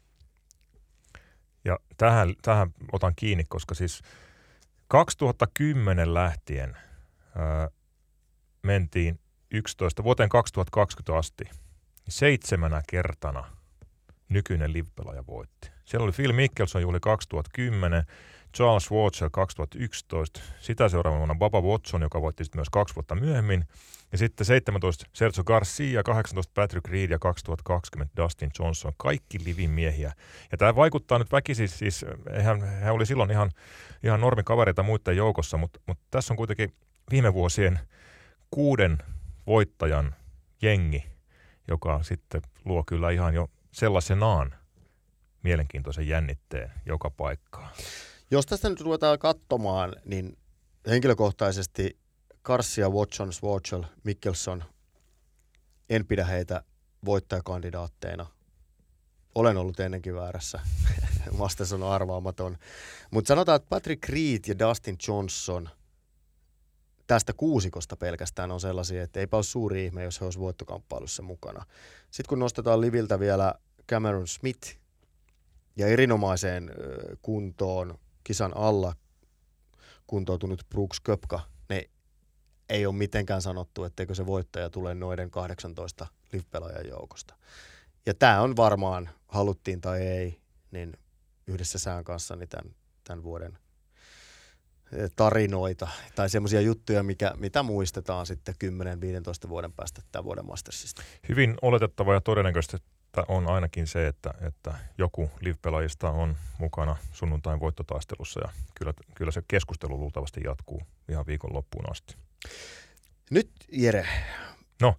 Ja tähän, tähän otan kiinni, koska siis kaksituhattakymmenen lähtien ää, mentiin yksitoista vuoteen kaksituhattakaksikymmentä asti. Seitsemänä kertana nykyinen live-pelaaja voitti. Siellä oli Phil Mickelson juuri kaksituhattakymmenen, Charles Schwartzel kaksituhattayksitoista, sitä seuraavana Bubba Watson, joka voitti sitten myös kaksi vuotta myöhemmin, ja sitten seitsemäntoista Sergio Garcia, kahdeksantoista Patrick Reed ja kaksituhattakaksikymmentä Dustin Johnson, kaikki livin miehiä. Ja tämä vaikuttaa nyt väkisin, siis eihän, hän oli silloin ihan, ihan normikavereita muiden joukossa, mutta, mutta tässä on kuitenkin viime vuosien kuuden voittajan jengi, joka sitten luo kyllä ihan jo sellaisenaan mielenkiintoisen jännitteen joka paikkaan. Jos tästä nyt ruvetaan katsomaan, niin henkilökohtaisesti Garcia, Watson, Schwartzel, Mickelson, en pidä heitä voittajakandidaatteina. Olen ollut ennenkin väärässä. Masters on arvaamaton. Mutta sanotaan, että Patrick Reed ja Dustin Johnson tästä kuusikosta pelkästään on sellaisia, että eipä ole suuri ihme, jos he olisivat voittokamppailussa mukana. Sitten kun nostetaan liviltä vielä Cameron Smith ja erinomaiseen kuntoon kisan alla kuntoutunut Brooks Koepka, niin ei ole mitenkään sanottu, etteikö se voittaja tule noiden kahdeksantoista live-pelaajan joukosta. Ja tämä on varmaan, haluttiin tai ei, niin yhdessä sään kanssa niin tämän, tämän vuoden tarinoita tai semmoisia juttuja, mikä, mitä muistetaan sitten kymmenen viisitoista vuoden päästä tämän vuoden Mastersista. Hyvin oletettava ja todennäköistä on ainakin se, että, että joku live-pelaajista on mukana sunnuntain voittotaistelussa ja kyllä, kyllä se keskustelu luultavasti jatkuu ihan viikon loppuun asti. Nyt Jere, no.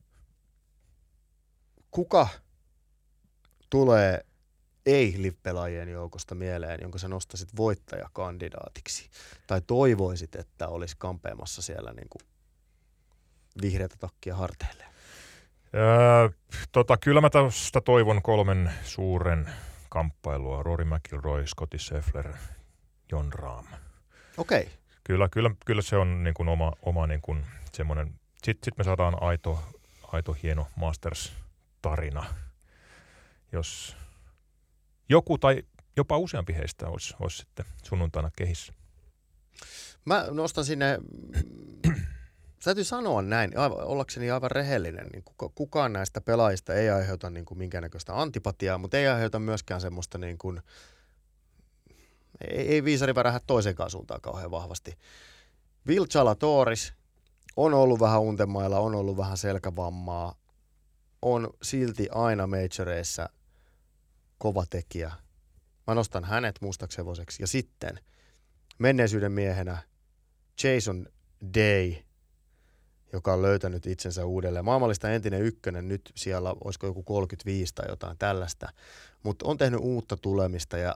Kuka tulee ei-live-pelaajien joukosta mieleen, jonka sä nostasit voittajakandidaatiksi tai toivoisit, että olisi kampeamassa siellä niin kuin vihreätä takkia harteille? Öö, tota, kyllä mä tästä toivon kolmen suuren kamppailua. Rory McIlroy, Scottie Scheffler, Jon Rahm. Okei. Okay. Kyllä, kyllä, kyllä se on niin kuin oma, oma niin kuin semmoinen. Sitten sit me saadaan aito aito hieno Masters-tarina, jos joku tai jopa useampi heistä olisi, olisi sitten sunnuntaina kehissä. Mä nostan sinne, täytyy sanoa näin, aivan, ollakseni aivan rehellinen, niin kukaan näistä pelaajista ei aiheuta niin kuin minkäännäköistä antipatiaa, mutta ei aiheuta myöskään semmoista, niin kuin, ei, ei viisari värähä toisenkaan suuntaan kauhean vahvasti. Will Zalatoris on ollut vähän untemailla, on ollut vähän selkävammaa, on silti aina majoreissa kova tekijä. Mä nostan hänet mustaksi hevoseksi. Ja sitten menneisyyden miehenä Jason Day, joka on löytänyt itsensä uudelleen. Maailmallista entinen ykkönen, nyt siellä olisiko joku kolmekymmentäviisi tai jotain tällaista, mutta on tehnyt uutta tulemista ja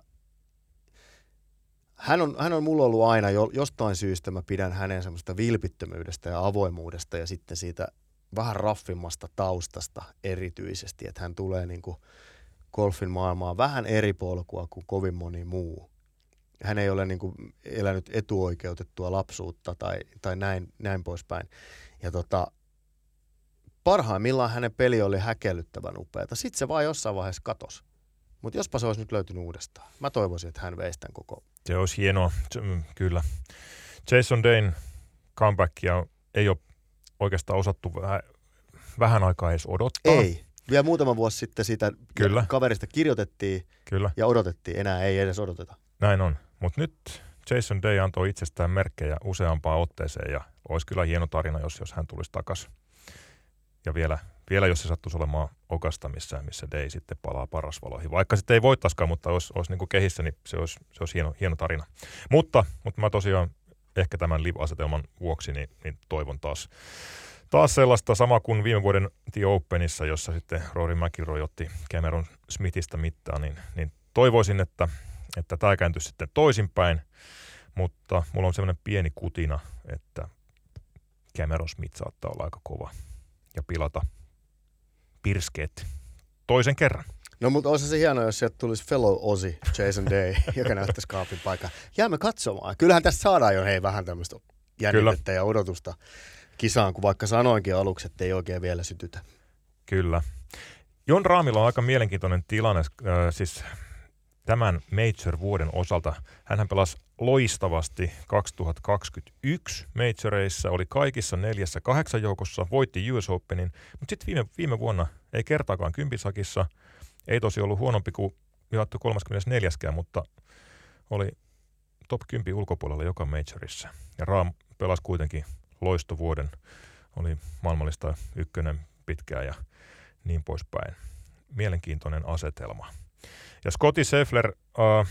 hän on, hän on mulla ollut aina jo, jostain syystä, mä pidän hänen semmoista vilpittömyydestä ja avoimuudesta ja sitten siitä vähän raffimmasta taustasta erityisesti, että hän tulee niin kuin golfin maailmaan vähän eri polkua kuin kovin moni muu. Hän ei ole niin kuin elänyt etuoikeutettua lapsuutta tai, tai näin, näin poispäin. Ja tota, parhaimmillaan hänen peli oli häkellyttävän upeata. Sitten se vaan jossain vaiheessa katosi. Mutta jospa se olisi nyt löytynyt uudestaan. Mä toivoisin, että hän veisi tämän koko. Se olisi hienoa, kyllä. Jason Dayn comebackia ei ole oikeastaan osattu vähän, vähän aikaa edes odottaa. Ei. Vielä muutama vuosi sitten siitä Kyllä. kaverista kirjoitettiin Kyllä. ja odotettiin. Enää ei edes odoteta. Näin on. Mutta nyt Jason Day antoi itsestään merkkejä useampaan otteeseen ja olisi kyllä hieno tarina, jos, jos hän tulisi takaisin. Ja vielä, vielä jos se sattuisi olemaan Augusta, missä, missä Day sitten palaa parasvaloihin. Vaikka sitten ei voittaisikaan, mutta olisi, olisi niin kuin kehissä, niin se olisi, se olisi hieno, hieno tarina. Mutta, mutta mä tosiaan ehkä tämän live-asetelman vuoksi niin, niin toivon taas Taas sellaista sama kuin viime vuoden The Openissa, jossa sitten Rory McIlroy otti Cameron Smithistä mittaa, niin, niin toivoisin, että, että tämä kääntyisi sitten toisinpäin, mutta mulla on semmoinen pieni kutina, että Cameron Smith saattaa olla aika kova ja pilata pirskeet toisen kerran. No mutta olisi se hienoa, jos sieltä tulisi fellow Aussie Jason Day, joka näyttäisi kaapin paikan. Jäämme katsomaan. Kyllähän tästä saadaan jo hei vähän tämmöistä jännitettä ja odotusta kisaan, kun vaikka sanoinkin aluksi, että ei oikein vielä sytytä. Kyllä. Jon Rahmilla on aika mielenkiintoinen tilanne, äh, siis tämän Major-vuoden osalta. Hänhän pelasi loistavasti kaksituhattakaksikymmentäyksi Majoreissa, oli kaikissa neljässä kahdeksan joukossa, voitti U S Openin, mutta sitten viime, viime vuonna ei kertaakaan kympisakissa, ei tosi ollut huonompi kuin jaettu kolmaskymmenesneljäskään, mutta oli top kymmenen ulkopuolella joka Majorissa. Ja Rahm pelasi kuitenkin loistovuoden, oli maailmallista ykkönen pitkään ja niin poispäin. Mielenkiintoinen asetelma. Ja Scottie Scheffler, äh,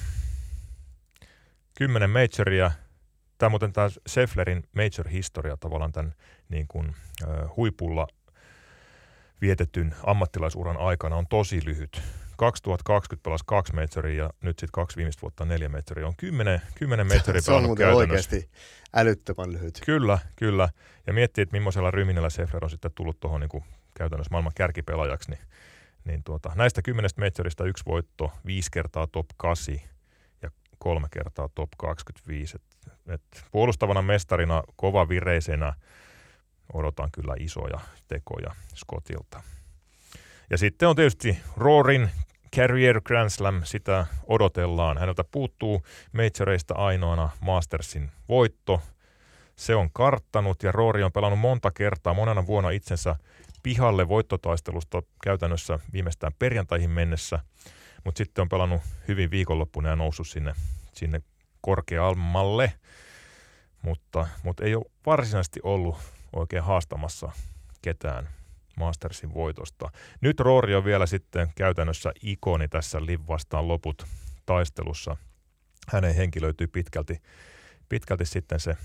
kymmenen majoria. Tämä muuten tämä Schefflerin major-historia tavallaan tämän niin kuin, äh, huipulla vietetyn ammattilaisuran aikana on tosi lyhyt. kaksituhattakaksikymmentä pelasi kaksi majoria ja nyt sitten kaksi viimeistä vuotta neljä majoria. On kymmenen, kymmenen majoria se on muuten oikeasti älyttömän lyhyt. Kyllä, kyllä. Ja miettii, että millaisella ryminällä Scheffler on sitten tullut tuohon niin kuin käytännössä maailman kärkipelaajaksi, niin, niin tuota, näistä kymmenestä majorista yksi voitto, viisi kertaa top kahdeksan ja kolme kertaa top kaksikymmentäviisi. Et, et puolustavana mestarina, kova vireisenä odotan kyllä isoja tekoja Scottilta. Ja sitten on tietysti Roryn Career Grand Slam, sitä odotellaan. Häneltä puuttuu majoreista ainoana Mastersin voitto. Se on karttanut ja Rory on pelannut monta kertaa, monena vuonna itsensä pihalle voittotaistelusta käytännössä viimeistään perjantaihin mennessä. Mutta sitten on pelannut hyvin viikonloppuna ja noussut sinne, sinne korkeammalle. Mutta, mutta ei ole varsinaisesti ollut oikein haastamassa ketään Mastersin voitosta. Nyt Rory on vielä sitten käytännössä ikoni tässä Liv vastaan loput taistelussa. Hänen henkilöityy pitkälti, pitkälti sitten se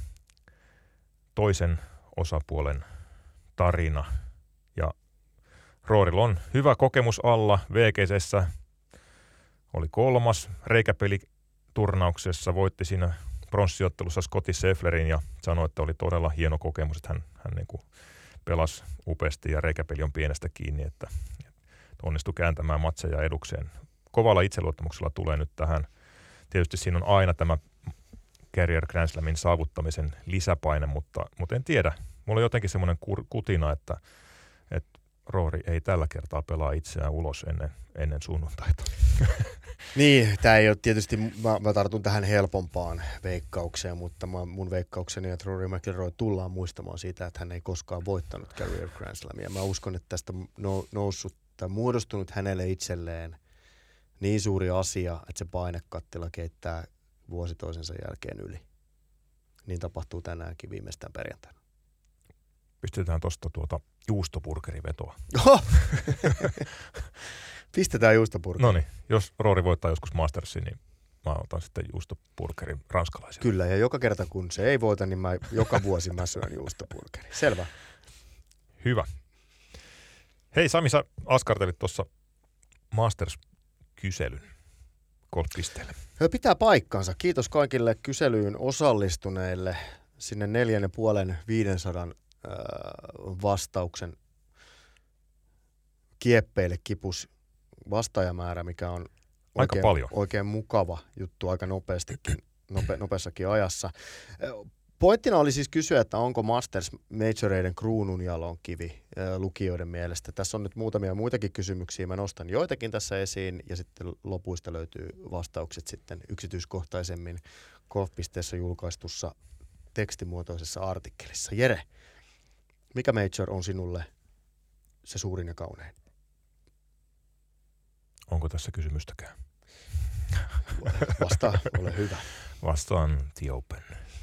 toisen osapuolen tarina. Ja Rorylla on hyvä kokemus alla. V G C:ssä oli kolmas reikäpeliturnauksessa, voitti siinä pronssiottelussa Scottie Schefflerin ja sanoi, että oli todella hieno kokemus, että hän, hän niin kuin pelasi upeasti ja reikäpeli on pienestä kiinni, että, että onnistui kääntämään matseja edukseen. Kovalla itseluottamuksella tulee nyt tähän. Tietysti siinä on aina tämä Career Grand Slamin saavuttamisen lisäpaine, mutta, mutta en tiedä. Mulla on jotenkin semmoinen kutina, että, että Rory ei tällä kertaa pelaa itseään ulos ennen, ennen sunnuntaita. Niin, tämä ei ole tietysti, mä, mä tartun tähän helpompaan veikkaukseen, mutta mä, mun veikkaukseni, että Rory McIlroy tullaan muistamaan siitä, että hän ei koskaan voittanut Career Grand Slamia. Mä uskon, että tästä no, noussut tai muodostunut hänelle itselleen niin suuri asia, että se painekattila keittää vuosi toisensa jälkeen yli. Niin tapahtuu tänäänkin viimeistään perjantaina. Pistetään tuosta tuota juustopurkerivetoa. Oho! Pistetään juustopurkeri. No niin, jos Rory voittaa joskus Mastersin, niin mä otan sitten juustopurkerin ranskalaisen. Kyllä, ja joka kerta kun se ei voita, niin mä joka vuosi mä syön juustopurkeri. Selvä. Hyvä. Hei Sami, sä askartelit tuossa Masters-kyselyn golfpisteelle. Pitää paikkansa. Kiitos kaikille kyselyyn osallistuneille. Sinne neljän ja puolen viidensadan äh, vastauksen kieppeille kipus vastaajamäärä, mikä on oikein, paljon. oikein mukava juttu aika nopeastikin, nope, nopeassakin ajassa. Pointtina oli siis kysyä, että onko Masters Majoreiden kruunun jalonkivi lukijoiden mielestä. Tässä on nyt muutamia muitakin kysymyksiä. Mä nostan joitakin tässä esiin ja sitten lopuista löytyy vastaukset sitten yksityiskohtaisemmin golf.pisteessä julkaistussa tekstimuotoisessa artikkelissa. Jere, mikä major on sinulle se suurin ja kaunein? Onko tässä kysymystäkään? Vastaa, ole hyvä. Vastaan The Open.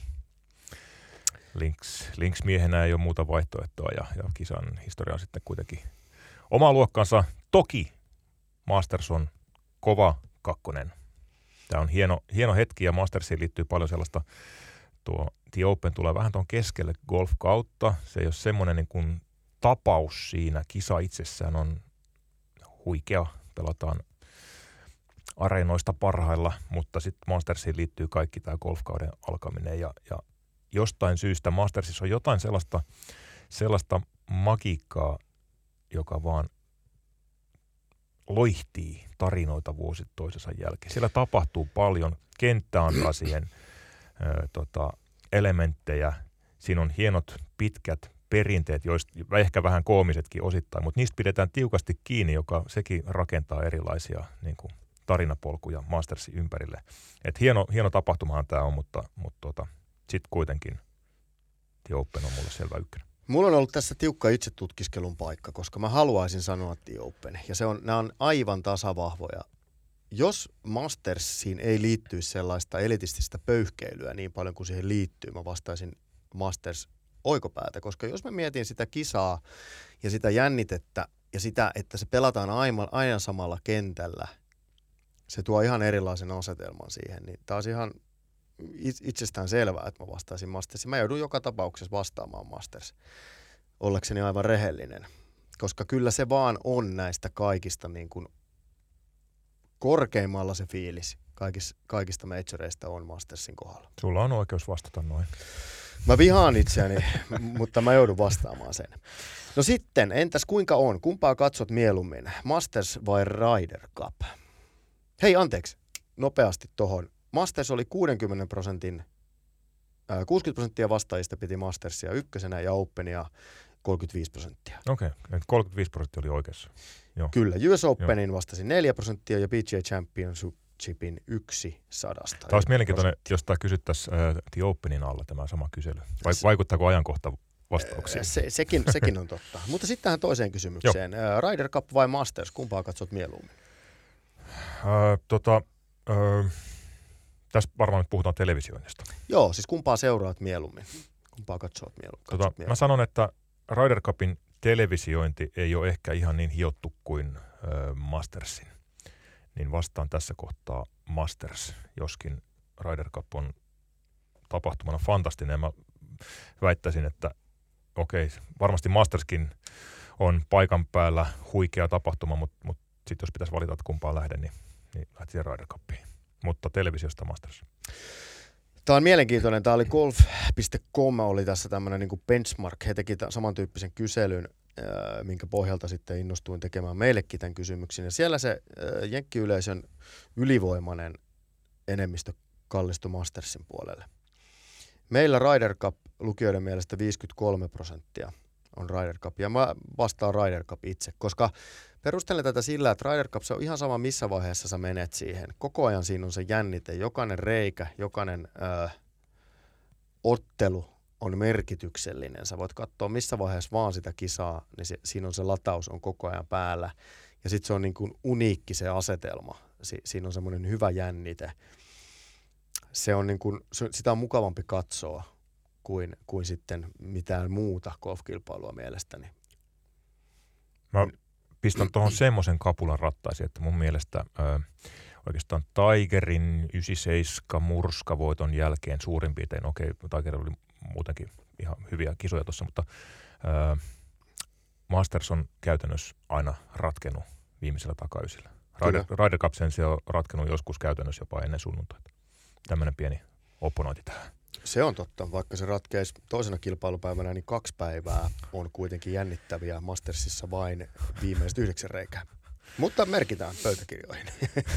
Links, Links miehenä ei ole muuta vaihtoehtoa ja, ja kisan historia on sitten kuitenkin oma luokkansa. Toki Masters on kova kakkonen. Tämä on hieno, hieno hetki ja Mastersiin liittyy paljon sellaista. Tuo The Open tulee vähän tuon keskelle golf-kautta. Se ei ole semmoinen niin kuin tapaus siinä. Kisa itsessään on huikea. Pelataan areenoista parhailla, mutta sitten Mastersiin liittyy kaikki tämä golfkauden alkaminen ja, ja jostain syystä Mastersissa on jotain sellaista, sellaista magiikkaa, joka vaan loihtii tarinoita vuosi toisensa jälkeen. Siellä tapahtuu paljon, kenttä antaa siihen ö, tota, elementtejä, siinä on hienot pitkät perinteet, joista ehkä vähän koomisetkin osittain, mutta niistä pidetään tiukasti kiinni, joka sekin rakentaa erilaisia niin kuin tarinapolkuja Mastersin ympärille. Et hieno, hieno tapahtumahan tämä on, mutta, mutta tota, sitten kuitenkin The Open on mulle selvä ykkönen. Mulla on ollut tässä tiukka itsetutkiskelun paikka, koska mä haluaisin sanoa The Open. Ja se on, nämä on aivan tasavahvoja. Jos Mastersiin ei liittyisi sellaista elitististä pöyhkeilyä niin paljon kuin siihen liittyy, mä vastaisin Masters oikopäätä. Koska jos mä mietin sitä kisaa ja sitä jännitettä ja sitä, että se pelataan aina, aina samalla kentällä, se tuo ihan erilaisen asetelman siihen. Niin taas ihan itsestään selvää, että mä vastaisin Mastersiin. Mä joudun joka tapauksessa vastaamaan Masters, ollakseni aivan rehellinen. Koska kyllä se vaan on näistä kaikista niin kuin korkeimmalla se fiilis. Kaikista, kaikista majoreista on Mastersin kohdalla. Sulla on oikeus vastata noin. Mä vihaan itseäni, mutta mä joudun vastaamaan sen. No sitten, entäs kuinka on? Kumpaa katsot mieluummin? Masters vai Ryder Cup? Hei, anteeksi. Nopeasti tohon. Masters oli kuusikymmentä prosentin, ää, kuusikymmentä prosenttia vastaajista piti Mastersia ykkösenä ja Openia kolmekymmentäviisi prosenttia. Okei, okay. kolmekymmentäviisi prosenttia oli oikeassa. Joo. Kyllä, U S Openin vastasi neljä prosenttia ja P G A Championshipin yksi sadasta. Tämä olisi mielenkiintoinen, jos tämä kysyttäisiin äh, The Openin alla tämä sama kysely. Vai, vaikuttaako ajankohta vastauksiin? Se, sekin, sekin on totta. Mutta sitten tähän toiseen kysymykseen. Äh, Ryder Cup vai Masters? Kumpaa katsot mieluummin? Äh, tota, äh, tässä varmaan nyt puhutaan televisioinnista. Joo, siis kumpaa seuraat mieluummin? Kumpaa katsot mieluummin? Tota, mieluummin? Mä sanon, että Ryder Cupin televisiointi ei ole ehkä ihan niin hiottu kuin ö, Mastersin. Niin vastaan tässä kohtaa Masters, joskin Ryder Cup on tapahtumana fantastinen. Ja mä väittäisin, että okei, varmasti Masterskin on paikan päällä huikea tapahtuma, mutta, mutta sitten jos pitäisi valita, että kumpaan lähden, niin, niin lähtisin Ryder Cupiin. Mutta televisiosta Masters. Tämä on mielenkiintoinen. Tämä oli golf piste com oli tässä tämmöinen niin kuin benchmark. He teki tämän samantyyppisen kyselyn, äh, minkä pohjalta sitten innostuin tekemään meillekin tämän kysymyksen. Ja siellä se äh, jenkkiyleisön ylivoimainen enemmistö kallistui Mastersin puolelle. Meillä Ryder Cup lukijoiden mielestä viisikymmentäkolme prosenttia on Ryder Cup. Ja mä vastaan Ryder Cup itse, koska perustelen tätä sillä, että Ryder Cup se on ihan sama missä vaiheessa sä menet siihen. Koko ajan siinä on se jännite, jokainen reikä, jokainen öö, ottelu on merkityksellinen. Sä voit katsoa missä vaiheessa vaan sitä kisaa, niin se, siinä on se lataus on koko ajan päällä. Ja sitten se on niin kuin uniikki se asetelma. Si- siinä on semmoinen hyvä jännite. Se on niin kuin, sitä on mukavampi katsoa kuin, kuin sitten mitään muuta golfkilpailua mielestäni. Mä pistän tuohon semmoisen kapulan rattaisiin, että mun mielestä ö, oikeastaan Tigerin yhdeksänkymmentäseitsemän murskavoiton jälkeen suurin piirtein, okei, okay, Tiger oli muutenkin ihan hyviä kisoja tuossa, mutta ö, Masters on käytännössä aina ratkennut viimeisellä takaysillä. Ryder, Ryder Cup sen se on ratkennut joskus käytännössä jopa ennen sunnuntaita. Tämmöinen pieni opponointi tähän. Se on totta, vaikka se ratkeisi toisena kilpailupäivänä, niin kaksi päivää on kuitenkin jännittäviä. Mastersissa vain viimeiset yhdeksän reikää. Mutta merkitään pöytäkirjoihin.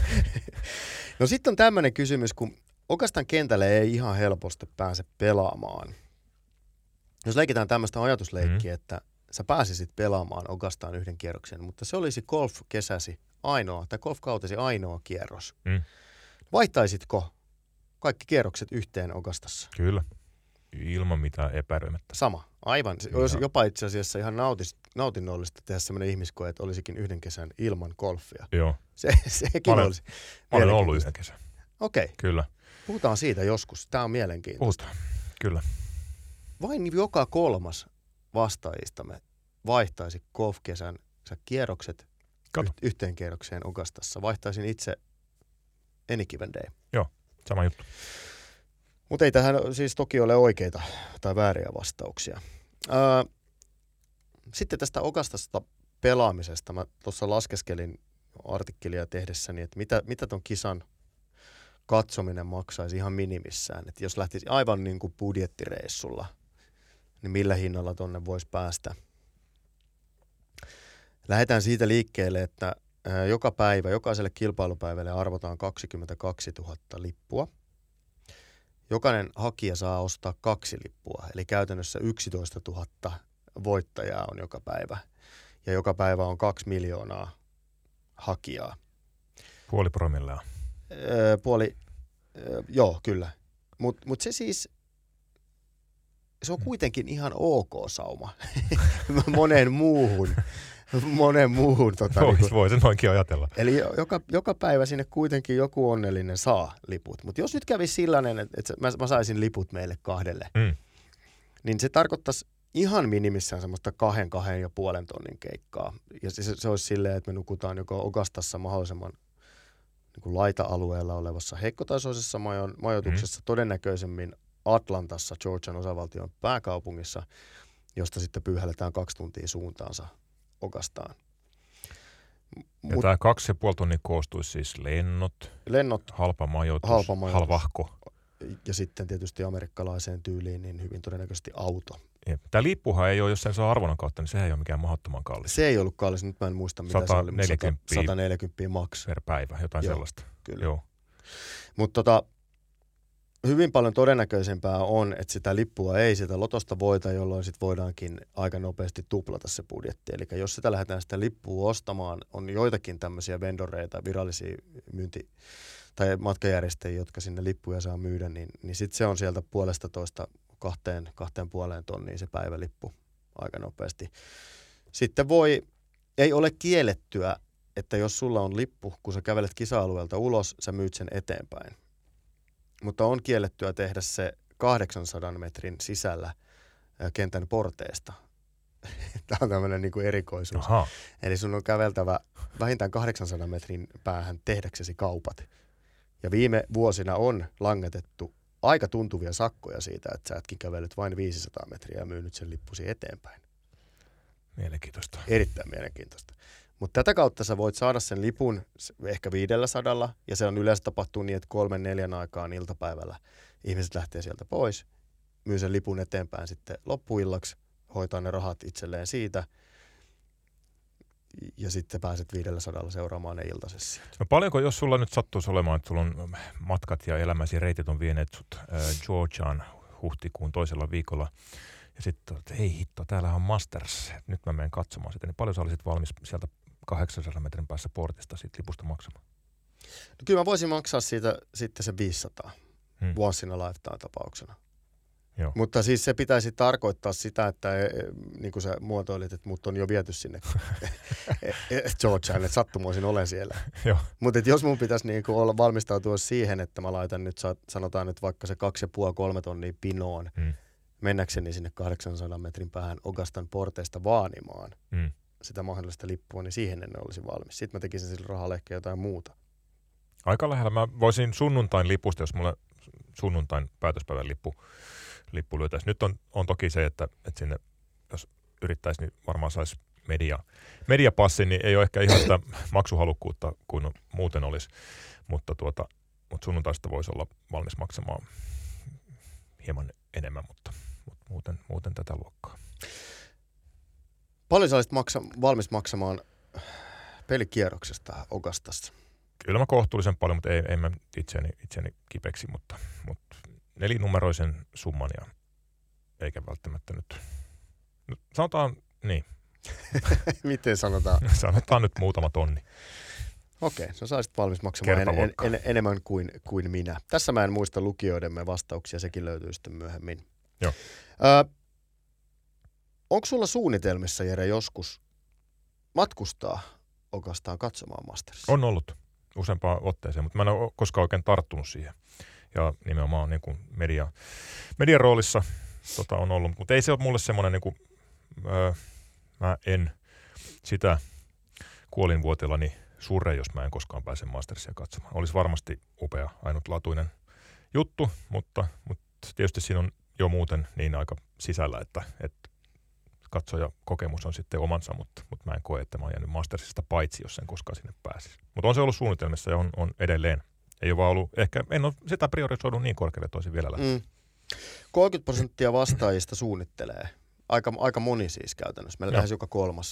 No sitten on tämmöinen kysymys, kun Augastan kentälle ei ihan helposti pääse pelaamaan. Jos leikitään tämmöistä ajatusleikkiä, mm. että sä pääsisit pelaamaan Augastaan yhden kierroksen, mutta se olisi golf-kesäsi ainoa, tai golf-kautesi ainoa kierros. Mm. Vaihtaisitko kaikki kierrokset yhteen Augastassa? Kyllä, ilman mitään epäröimättä. Sama, aivan. Olisi jopa itse asiassa ihan nautis, nautinnollista tehdä sellainen ihmiskoe, että olisikin yhden kesän ilman golfia. Joo. Se, sekin mä olen, olisi mä olen ollut yhden kesän. Okei. Okay. Kyllä. Puhutaan siitä joskus. Tämä on mielenkiintoista. Puhutaan, kyllä. Vain joka kolmas vastaajistamme vaihtaisi golfkesän kierrokset Kato. yhteen kierrokseen Augastassa. Vaihtaisin itse any given day. Joo, sama juttu. Mutta ei tähän siis toki ole oikeita tai vääriä vastauksia. Öö, sitten tästä Augastasta pelaamisesta. Mä tuossa laskeskelin artikkelia tehdessäni, että mitä, mitä ton kisan katsominen maksaisi ihan minimissään. Että jos lähtisi aivan niin kuin budjettireissulla, niin millä hinnalla tonne voisi päästä. Lähdetään siitä liikkeelle, että joka päivä, jokaiselle kilpailupäivälle arvotaan kaksikymmentäkaksituhatta lippua. Jokainen hakija saa ostaa kaksi lippua, eli käytännössä yksitoistatuhatta voittajaa on joka päivä. Ja joka päivä on kaksi miljoonaa hakijaa. Puoli promillea. Öö, puoli, öö, joo, kyllä. Mutta mut se siis, se on kuitenkin ihan ok sauma moneen muuhun. Monen muuhun. Tota, Vois, niin voi sen noinkin ajatella. Eli joka, joka päivä sinne kuitenkin joku onnellinen saa liput. Mutta jos nyt kävisi sellainen, että, että mä, mä saisin liput meille kahdelle, mm. niin se tarkoittaisi ihan minimissään semmoista kahden, kahden ja puolen tonnin keikkaa. Ja se, se olisi silleen, että me nukutaan joko Augastassa mahdollisimman niin kuin laita-alueella olevassa heikkotasoisessa majo- majoituksessa, mm. todennäköisemmin Atlantassa, Georgian osavaltion pääkaupungissa, josta sitten pyyhälletään kaksi tuntia suuntaansa Augastaan. Ja Mut, tämä kaksi ja puoli tunnin koostuisi siis lennot, lennot halpa majoitus, halpa majoitus, halvahko. Ja sitten tietysti amerikkalaiseen tyyliin, niin hyvin todennäköisesti auto. Jep. Tämä lippuhan ei ole, jos sen saa arvonnan kautta, niin sehän ei ole mikään mahdottoman kallis. Se ei ollut kallis, nyt mä en muista mitä sata neljäkymmentä se oli, sata neljäkymmentä maks. Per päivä, jotain Joo, sellaista. Kyllä. Joo. Mutta tota, hyvin paljon todennäköisempää on, että sitä lippua ei sitä lotosta voita, jolloin sit voidaankin aika nopeasti tuplata se budjetti. Eli jos sitä lähdetään sitä lippua ostamaan, on joitakin tämmöisiä vendoreita, virallisia myynti- tai matkajärjestäjiä, jotka sinne lippuja saa myydä, niin, niin sitten se on sieltä puolesta toista kahteen, kahteen puoleen tonniin se päivälippu aika nopeasti. Sitten voi, ei ole kiellettyä, että jos sulla on lippu, kun sä kävelet kisa-alueelta ulos, sä myyt sen eteenpäin. Mutta on kiellettyä tehdä se kahdeksansadan metrin sisällä kentän porteesta. Tämä on tämmöinen niin kuin erikoisuus. Aha. Eli sun on käveltävä vähintään kahdeksansadan metrin päähän tehdäksesi kaupat. Ja viime vuosina on langetettu aika tuntuvia sakkoja siitä, että sä etkin kävellyt vain viisisataa metriä ja myynyt sen lippusi eteenpäin. Mielenkiintoista. Erittäin mielenkiintoista. Mutta tätä kautta sä voit saada sen lipun ehkä viidellä sadalla, ja se on yleensä tapahtuu niin, että kolmen neljän aikaan iltapäivällä ihmiset lähtee sieltä pois, myy sen lipun eteenpäin sitten loppuillaksi, hoitaa ne rahat itselleen siitä, ja sitten pääset viidellä sadalla seuraamaan ne iltasessiot. No paljonko, jos sulla nyt sattuisi olemaan, että sulla on matkat ja elämäsi reitit on vieneet sut äh, Georgiaan huhtikuun toisella viikolla, Ja sitten, että ei hitto, täällähän on Masters. Nyt mä menen katsomaan sitä. Niin paljon sä olisit valmis sieltä kahdeksansadan metrin päässä portista siitä lipusta maksamaan? No kyllä mä voisin maksaa siitä sitten se viisisataa Hmm. once in a lifetime tapauksena. Joo. Mutta siis se pitäisi tarkoittaa sitä, että e, e, niin kuin sä muotoilit, että mut on jo viety sinne Georgiaan, että sattumoisin olen siellä. Mutta jos mun pitäisi niin kuin olla valmistautua siihen, että mä laitan nyt, sanotaan nyt vaikka se kaksi ja puoli kolme tonnia pinoon, hmm. mennäkseni sinne kahdeksansadan metrin päähän Augustan porteista vaanimaan hmm. sitä mahdollista lippua, niin siihen en olisi valmis. Sitten mä tekisin sillä rahalla ehkä jotain muuta. Aika lähellä. Mä voisin sunnuntain lipusta, jos mulle sunnuntain päätöspäivän lippu, lippu lyötäisi. Nyt on, on toki se, että, että sinne, jos yrittäisi, niin varmaan saisi media, mediapassin, niin ei ole ehkä ihan sitä maksuhalukkuutta kuin muuten olisi. Mutta, tuota, mutta sunnuntaista voisi olla valmis maksamaan hieman enemmän, mutta, mutta muuten, muuten tätä luokkaa. Paljon sä olisit maksa, valmis maksamaan pelikierroksesta Augustassa? Kyllä mä kohtuullisen paljon, mutta ei, ei mä itseäni, itseäni kipeksi, mutta, mutta nelinumeroisen summan ja eikä välttämättä nyt, no, sanotaan niin. Miten sanotaan? Sanotaan nyt muutama tonni. Okei, okay, sä saisit valmis maksamaan en, en, en, enemmän kuin, kuin minä. Tässä mä en muista lukijoidemme vastauksia, sekin löytyy sitten myöhemmin. Joo. Ö, onko sulla suunnitelmissa, Jere, joskus matkustaa oikeastaan katsomaan Mastersia? On ollut useampaan otteeseen, mutta mä en ole koskaan oikein tarttunut siihen. Ja nimenomaan niin kuin media, median roolissa tota, on ollut. Mutta ei se ole mulle semmoinen, niin kuin, öö, mä en sitä kuolinvuoteellani surre, jos mä en koskaan pääse Mastersia katsomaan. Olisi varmasti upea, ainutlaatuinen juttu, mutta, mutta tietysti siinä on jo muuten niin aika sisällä, että, että katsoja kokemus on sitten omansa, mutta, mutta mä en koe, että mä oon jäänyt Mastersista paitsi, jos en koskaan sinne pääsisi. Mutta on se ollut suunnitelmissa ja on, on edelleen. Ei ole vaan ollut, ehkä en ole sitä priorisoinut niin korkealle, että olisin vielä lähtenyt. Mm. kolmekymmentä prosenttia vastaajista suunnittelee. Aika, aika moni siis käytännössä. Meillä lähes joka kolmas.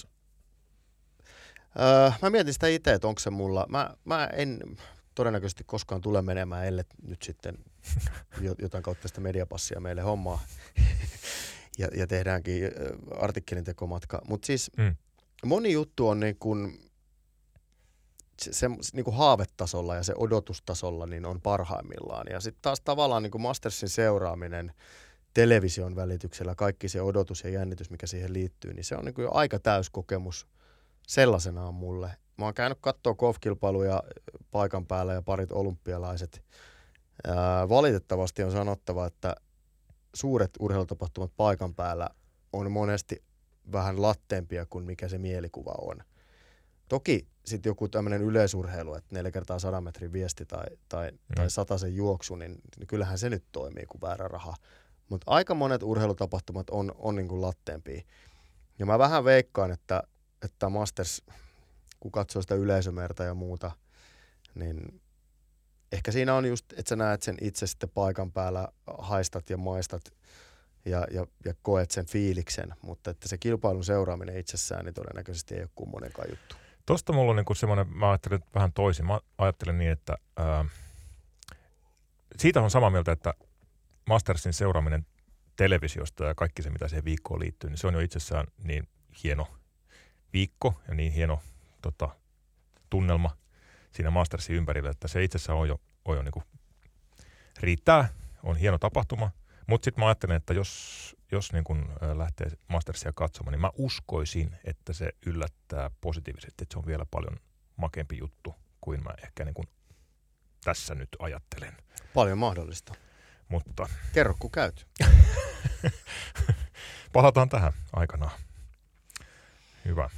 Öö, mä mietin sitä itse, että onko se mulla. Mä, mä en todennäköisesti koskaan tule menemään, ellei nyt sitten jotain kautta sitä mediapassia meille hommaa. ja, ja tehdäänkin artikkelin tekomatka. Mutta siis mm. moni juttu on niin kuin se, se niin kuin haavetasolla ja se odotustasolla niin on parhaimmillaan. Ja sitten taas tavallaan niin kuin Mastersin seuraaminen television välityksellä, kaikki se odotus ja jännitys, mikä siihen liittyy, niin se on niin kuin jo aika täyskokemus sellaisenaan mulle. Mä oon käynyt katsoa golfkilpailuja paikan päällä ja parit olympialaiset. Ää, valitettavasti on sanottava, että suuret urheilutapahtumat paikan päällä on monesti vähän latteempia kuin mikä se mielikuva on. Toki sitten joku tämmöinen yleisurheilu, että neljä kertaa sadan metrin viesti tai, tai, mm. tai sataisen juoksu, niin, niin kyllähän se nyt toimii kuin väärä raha. Mutta aika monet urheilutapahtumat on, on niin kuin latteempia. Ja mä vähän veikkaan, että, että Masters, kun katsoo sitä yleisömerta ja muuta, niin ehkä siinä on just, että sä näet sen itse sitten paikan päällä, haistat ja maistat ja, ja, ja koet sen fiiliksen, mutta että se kilpailun seuraaminen itsessään niin todennäköisesti ei ole kummonenkaan juttu. Tuosta mulla on niin kuin semmoinen, mä ajattelen vähän toisin. Mä ajattelen niin, että ää, siitä on samaa mieltä, että Mastersin seuraaminen televisiosta ja kaikki se, mitä siihen viikkoon liittyy, niin se on jo itsessään niin hieno viikko ja niin hieno tota, tunnelma siinä Mastersin ympärillä, että se itsessään on jo, on jo niin kuin, riittää, on hieno tapahtuma. Mutta sitten mä ajattelen, että jos, jos niin kun lähtee Mastersia katsomaan, niin mä uskoisin, että se yllättää positiivisesti, että se on vielä paljon makempi juttu kuin mä ehkä niin kun tässä nyt ajattelen. Paljon mahdollista. Mutta kerro, kun käyt. Palataan tähän aikanaan. Hyvä.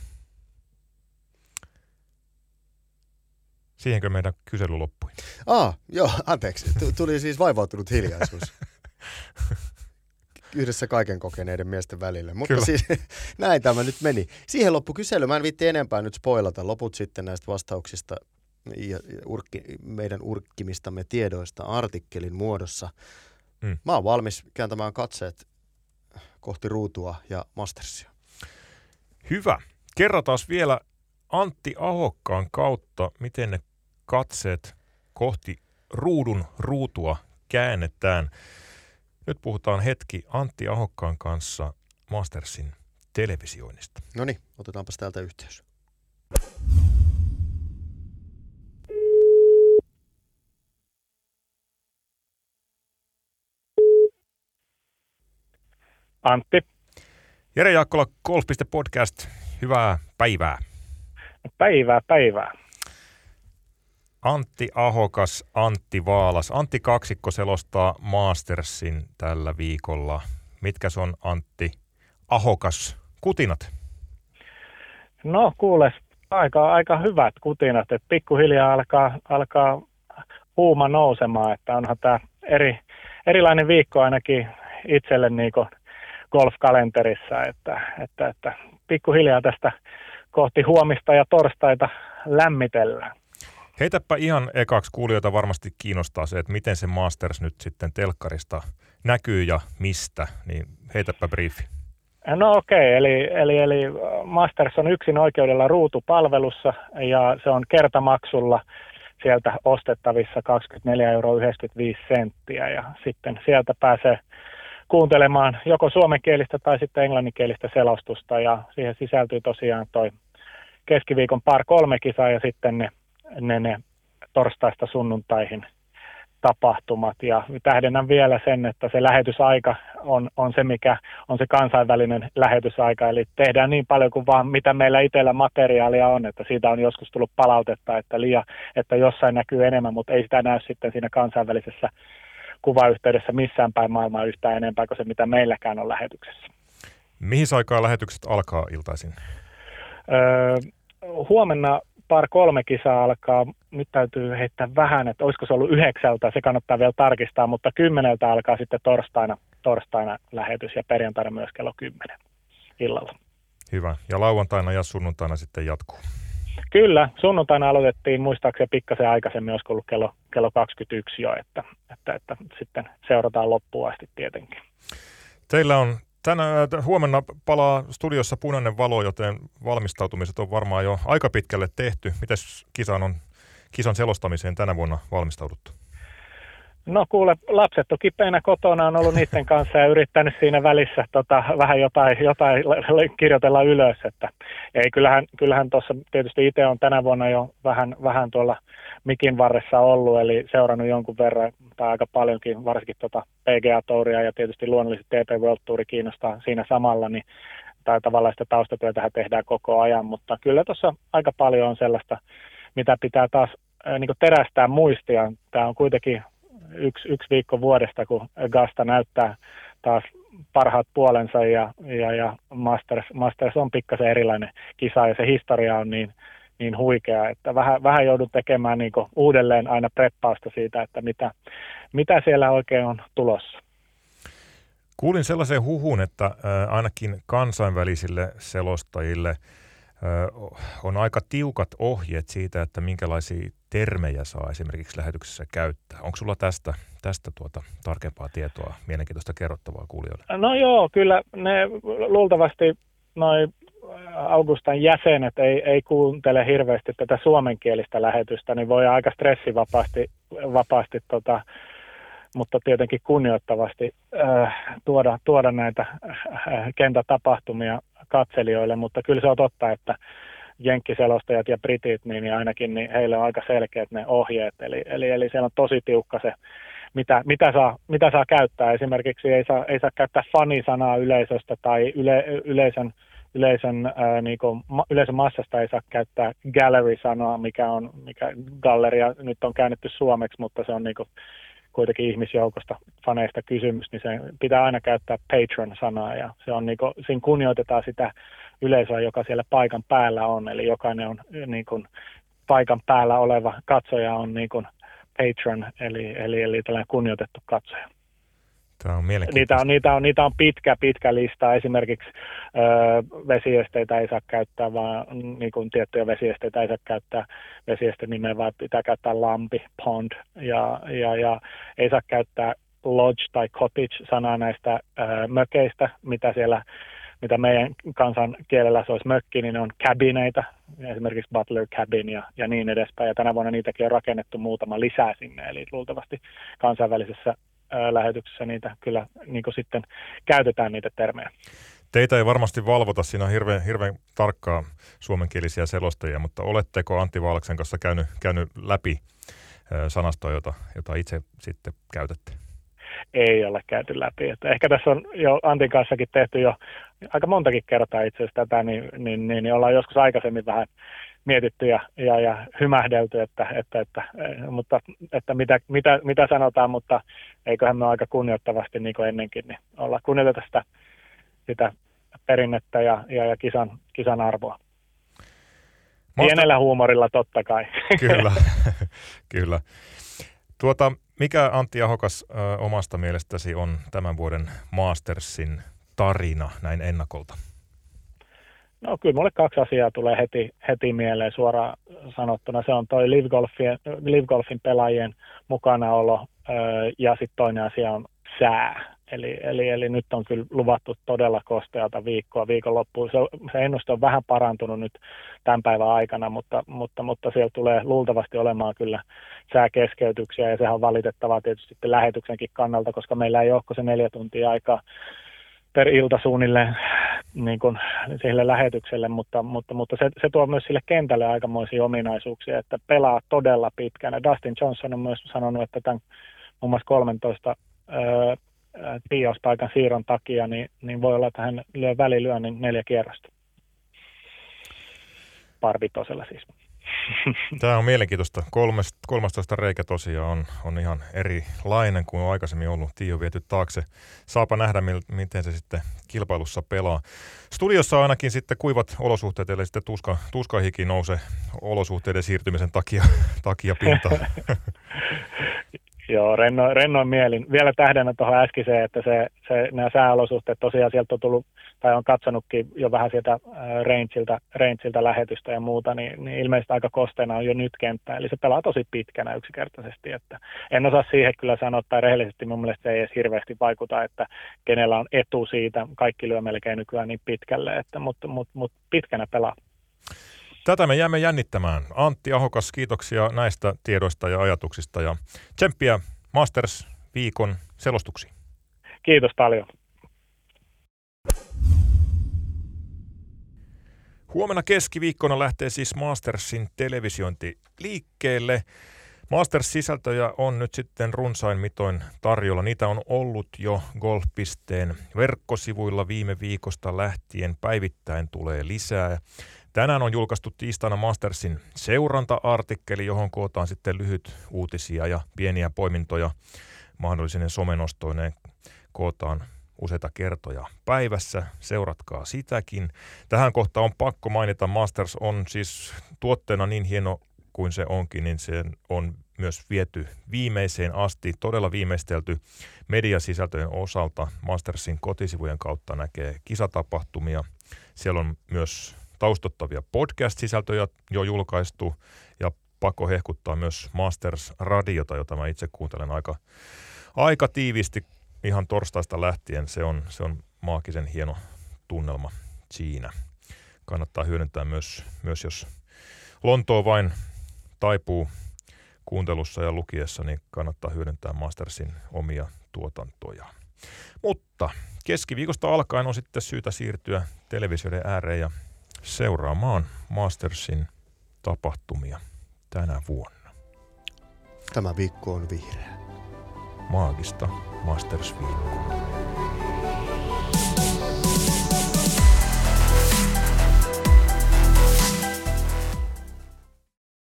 Siihenkö meidän kysely loppui? Aa, joo, anteeksi. Tuli siis vaivautunut hiljaisuus. Yhdessä kaiken kokeneiden miesten välillä. Mutta Kyllä. siis näin tämä nyt meni. Siihen loppui kysely. Mä en viitti enempää nyt spoilata. Loput sitten näistä vastauksista ja urkki, meidän urkkimistamme tiedoista artikkelin muodossa. Mm. Mä oon valmis kääntämään katseet kohti ruutua ja Mastersia. Hyvä. Kerrotaan vielä Antti Ahokkaan kautta, miten ne katseet kohti ruudun ruutua käännetään. Nyt puhutaan hetki Antti Ahokkaan kanssa Mastersin televisioinnista. No niin, otetaanpas täältä yhteys. Antti. Jere Jaakkola, Golf piste podcast. Hyvää päivää. Päivää, päivää. Antti Ahokas, Antti Vaalas. Antti Kaksikko selostaa Mastersin tällä viikolla. Mitkäs on, Antti Ahokas, kutinat? No kuules, aika, aika hyvät kutinat. Et pikkuhiljaa alkaa, alkaa huuma nousemaan. Että onhan tämä eri, erilainen viikko ainakin itselle niin kuin golfkalenterissa. Että, että, että pikkuhiljaa tästä kohti huomista ja torstaita lämmitellään. Heitäpä ihan ekaksi, kuulijoita varmasti kiinnostaa se, että miten se Masters nyt sitten telkkarista näkyy ja mistä, niin heitäpä briefi. No okei, okay, eli, eli, eli Masters on yksin oikeudella ruutupalvelussa ja se on kertamaksulla sieltä ostettavissa kaksikymmentäneljä euroa yhdeksänkymmentäviisi senttiä ja sitten sieltä pääsee kuuntelemaan joko suomenkielistä tai sitten englanninkielistä selostusta ja siihen sisältyy tosiaan toi keskiviikon par kolme kisaa ja sitten ne Ne, ne torstaista sunnuntaihin tapahtumat. Ja tähdennän vielä sen, että se lähetysaika on, on se, mikä on se kansainvälinen lähetysaika. Eli tehdään niin paljon kuin vaan mitä meillä itsellä materiaalia on. Että siitä on joskus tullut palautetta, että, liian, että jossain näkyy enemmän, mutta ei sitä näy sitten siinä kansainvälisessä kuvayhteydessä missään päin maailmaa yhtään enempää kuin se, mitä meilläkään on lähetyksessä. Mihin aikaan lähetykset alkaa iltaisin? Öö, huomenna par kolme kisaa alkaa, nyt täytyy heittää vähän, että olisiko se ollut yhdeksältä, se kannattaa vielä tarkistaa, mutta kymmeneltä alkaa sitten torstaina, torstaina lähetys ja perjantaina myös kello kymmenen illalla. Hyvä. Ja lauantaina ja sunnuntaina sitten jatkuu. Kyllä, sunnuntaina aloitettiin muistaakseni pikkasen aikaisemmin, olisiko ollut kello, kello kaksikymmentäyksi jo, että, että, että sitten seurataan loppuun asti tietenkin. Teillä on Tänä, huomenna palaa studiossa punainen valo, joten valmistautumiset on varmaan jo aika pitkälle tehty. Mites kisan, on, kisan selostamiseen tänä vuonna valmistauduttu? No kuule, lapset on kipeänä kotona, on ollut niiden kanssa ja yrittänyt siinä välissä tota, vähän jotain, jotain kirjoitella ylös. Että, ei, kyllähän kyllähän tuossa tietysti itse on tänä vuonna jo vähän, vähän tuolla mikin varressa ollut, eli seurannut jonkun verran tai aika paljonkin, varsinkin tuota P G A-touria ja tietysti luonnollisesti T P World Tour kiinnostaa siinä samalla, niin tai tavallaan sitä taustatyötähän tehdään koko ajan, mutta kyllä tuossa aika paljon on sellaista, mitä pitää taas äh, niin kuin terästää muistia. Tämä on kuitenkin yksi, yksi viikko vuodesta, kun Augusta näyttää taas parhaat puolensa ja, ja, ja Masters, Masters on pikkasen erilainen kisa ja se historia on niin, niin huikea, että vähän, vähän joudun tekemään niin kuin uudelleen aina preppausta siitä, että mitä, mitä siellä oikein on tulossa. Kuulin sellaisen huhun, että äh, ainakin kansainvälisille selostajille äh, on aika tiukat ohjeet siitä, että minkälaisia termejä saa esimerkiksi lähetyksessä käyttää. Onko sulla tästä, tästä tuota tarkempaa tietoa, mielenkiintoista kerrottavaa kuulijoille? No joo, kyllä ne luultavasti noi Augustan jäsenet ei, ei kuuntele hirveästi tätä suomenkielistä lähetystä, niin voi aika stressivapaasti vapaasti, tota, mutta tietenkin kunnioittavasti äh, tuoda, tuoda näitä äh, kentätapahtumia katselijoille, mutta kyllä se on totta, että jenkkiselostajat ja britit, niin ainakin niin heille on aika selkeät ne ohjeet, eli, eli, eli siellä on tosi tiukka se, mitä, mitä, saa, mitä saa käyttää. Esimerkiksi ei saa, ei saa käyttää fanisanaa yleisöstä tai yle, yleisön, yleisön, ää, niin kuin, ma, yleisön massasta ei saa käyttää gallery-sanaa, mikä on, mikä galleria nyt on käännetty suomeksi, mutta se on niin kuin, kuitenkin ihmisjoukosta, faneista kysymys, niin se pitää aina käyttää patron-sanaa ja se on niin kuin, siinä kunnioitetaan sitä yleisöä, joka siellä paikan päällä on, eli jokainen on niin kuin, paikan päällä oleva katsoja on niin kuin patron, eli, eli, eli tällainen kunnioitettu katsoja. Tämä on niitä, on, niitä, on, niitä on pitkä, pitkä lista. Esimerkiksi ö, vesiesteitä ei saa käyttää, vaan niin kuin tiettyjä vesiesteitä ei saa käyttää vesiestenimeä, vaan pitää käyttää lampi, pond, ja, ja, ja ei saa käyttää lodge tai cottage-sanaa näistä ö, mökeistä, mitä siellä mitä meidän kansan kielellä se olisi mökki, niin ne on cabineita, esimerkiksi butler cabin ja, ja niin edespäin. Ja tänä vuonna niitäkin on rakennettu muutama lisää sinne, eli luultavasti kansainvälisessä ää, lähetyksessä niitä kyllä niin kuin sitten käytetään niitä termejä. Teitä ei varmasti valvota, siinä on hirveän, hirveän tarkkaa suomenkielisiä selostajia, mutta oletteko Antti Vaalaksen kanssa käynyt, käynyt läpi sanastoa, jota, jota itse sitten käytätte? Ei ole käyty läpi. Että ehkä tässä on jo Antin kanssakin tehty jo aika montakin kertaa itse asiassa tätä, niin, niin, niin, niin ollaan joskus aikaisemmin vähän mietitty ja, ja, ja hymähdelty, että, että, että, mutta, että mitä, mitä, mitä sanotaan, mutta eiköhän me aika kunnioittavasti niin kuin ennenkin, niin ollaan kunnioiteta sitä, sitä perinnettä ja, ja, ja kisan, kisan arvoa. Pienellä huumorilla totta kai. Kyllä, kyllä. Tuota, mikä Antti Ahokas ö, omasta mielestäsi on tämän vuoden Mastersin tarina näin ennakolta? No kyllä mulle kaksi asiaa tulee heti, heti mieleen suoraan sanottuna. Se on toi Live Golfin, Live Golfin pelaajien mukanaolo ö, ja sitten toinen asia on sää. Eli, eli, eli nyt on kyllä luvattu todella kostealta viikkoa viikonloppuun. Se, se ennuste on vähän parantunut nyt tämän päivän aikana, mutta, mutta, mutta siellä tulee luultavasti olemaan kyllä sääkeskeytyksiä ja sehän on valitettavaa tietysti sitten lähetyksenkin kannalta, koska meillä ei ole se neljä tuntia aikaa per ilta suunnilleen niin kuin sille lähetykselle, mutta, mutta, mutta se, se tuo myös sille kentälle aikamoisia ominaisuuksia, että pelaa todella pitkänä. Dustin Johnson on myös sanonut, että tämän muun muassa kolmetoista öö, tiiauspaikan siirron takia, niin, niin voi olla, että hän lyö välilyönnin neljä kierrosta. Parvitosella siis. Tämä on mielenkiintoista. kolmastoista reikä tosiaan on, on ihan erilainen kuin on aikaisemmin ollut. Tii on viety taakse. Saapa nähdä, miten se sitten kilpailussa pelaa. Studiossa on ainakin sitten kuivat olosuhteet, eli sitten tuska, tuskahiki nousee olosuhteiden siirtymisen takia, takia pintaan. Joo, rennoin, rennoin mielin. Vielä tähdennä tuohon äskeiseen, että se, se, nämä sääolosuhteet tosiaan sieltä on tullut, tai on katsonutkin jo vähän sieltä rangeilta, rangeilta lähetystä ja muuta, niin, niin ilmeisesti aika kosteena on jo nyt kenttä. Eli se pelaa tosi pitkänä yksinkertaisesti. Että en osaa siihen kyllä sanoa, tai rehellisesti mun mielestä se ei edes hirveästi vaikuta, että kenellä on etu siitä. Kaikki lyö melkein nykyään niin pitkälle, että, mutta, mutta, mutta pitkänä pelaa. Tätä me jäämme jännittämään. Antti Ahokas, kiitoksia näistä tiedoista ja ajatuksista ja tsemppiä Masters-viikon selostuksiin. Kiitos paljon. Huomenna keskiviikkona lähtee siis Mastersin televisiointi liikkeelle. Masters-sisältöjä on nyt sitten runsain mitoin tarjolla. Niitä on ollut jo Golf.pisteen verkkosivuilla viime viikosta lähtien. Päivittäin tulee lisää. Tänään on julkaistu tiistaina Mastersin seuranta-artikkeli, johon kootaan sitten lyhyt uutisia ja pieniä poimintoja mahdollisine somenostoineen. Kootaan useita kertoja päivässä. Seuratkaa sitäkin. Tähän kohtaan on pakko mainita, Masters on siis tuotteena niin hieno kuin se onkin, niin se on myös viety viimeiseen asti, todella viimeistelty mediasisältöjen osalta. Mastersin kotisivujen kautta näkee kisatapahtumia. Siellä on myös taustottavia podcast-sisältöjä jo julkaistu ja pakko hehkuttaa myös Masters-radiota, jota mä itse kuuntelen aika, aika tiiviisti ihan torstaista lähtien. Se on, se on maagisen hieno tunnelma siinä. Kannattaa hyödyntää myös, myös jos Lontoo vain taipuu kuuntelussa ja lukiessa, niin kannattaa hyödyntää Mastersin omia tuotantoja. Mutta keskiviikosta alkaen on sitten syytä siirtyä televisioiden ääreen ja seuraamaan Mastersin tapahtumia tänä vuonna. Tämä viikko on vihreä. Maagista Masters-viikkoa.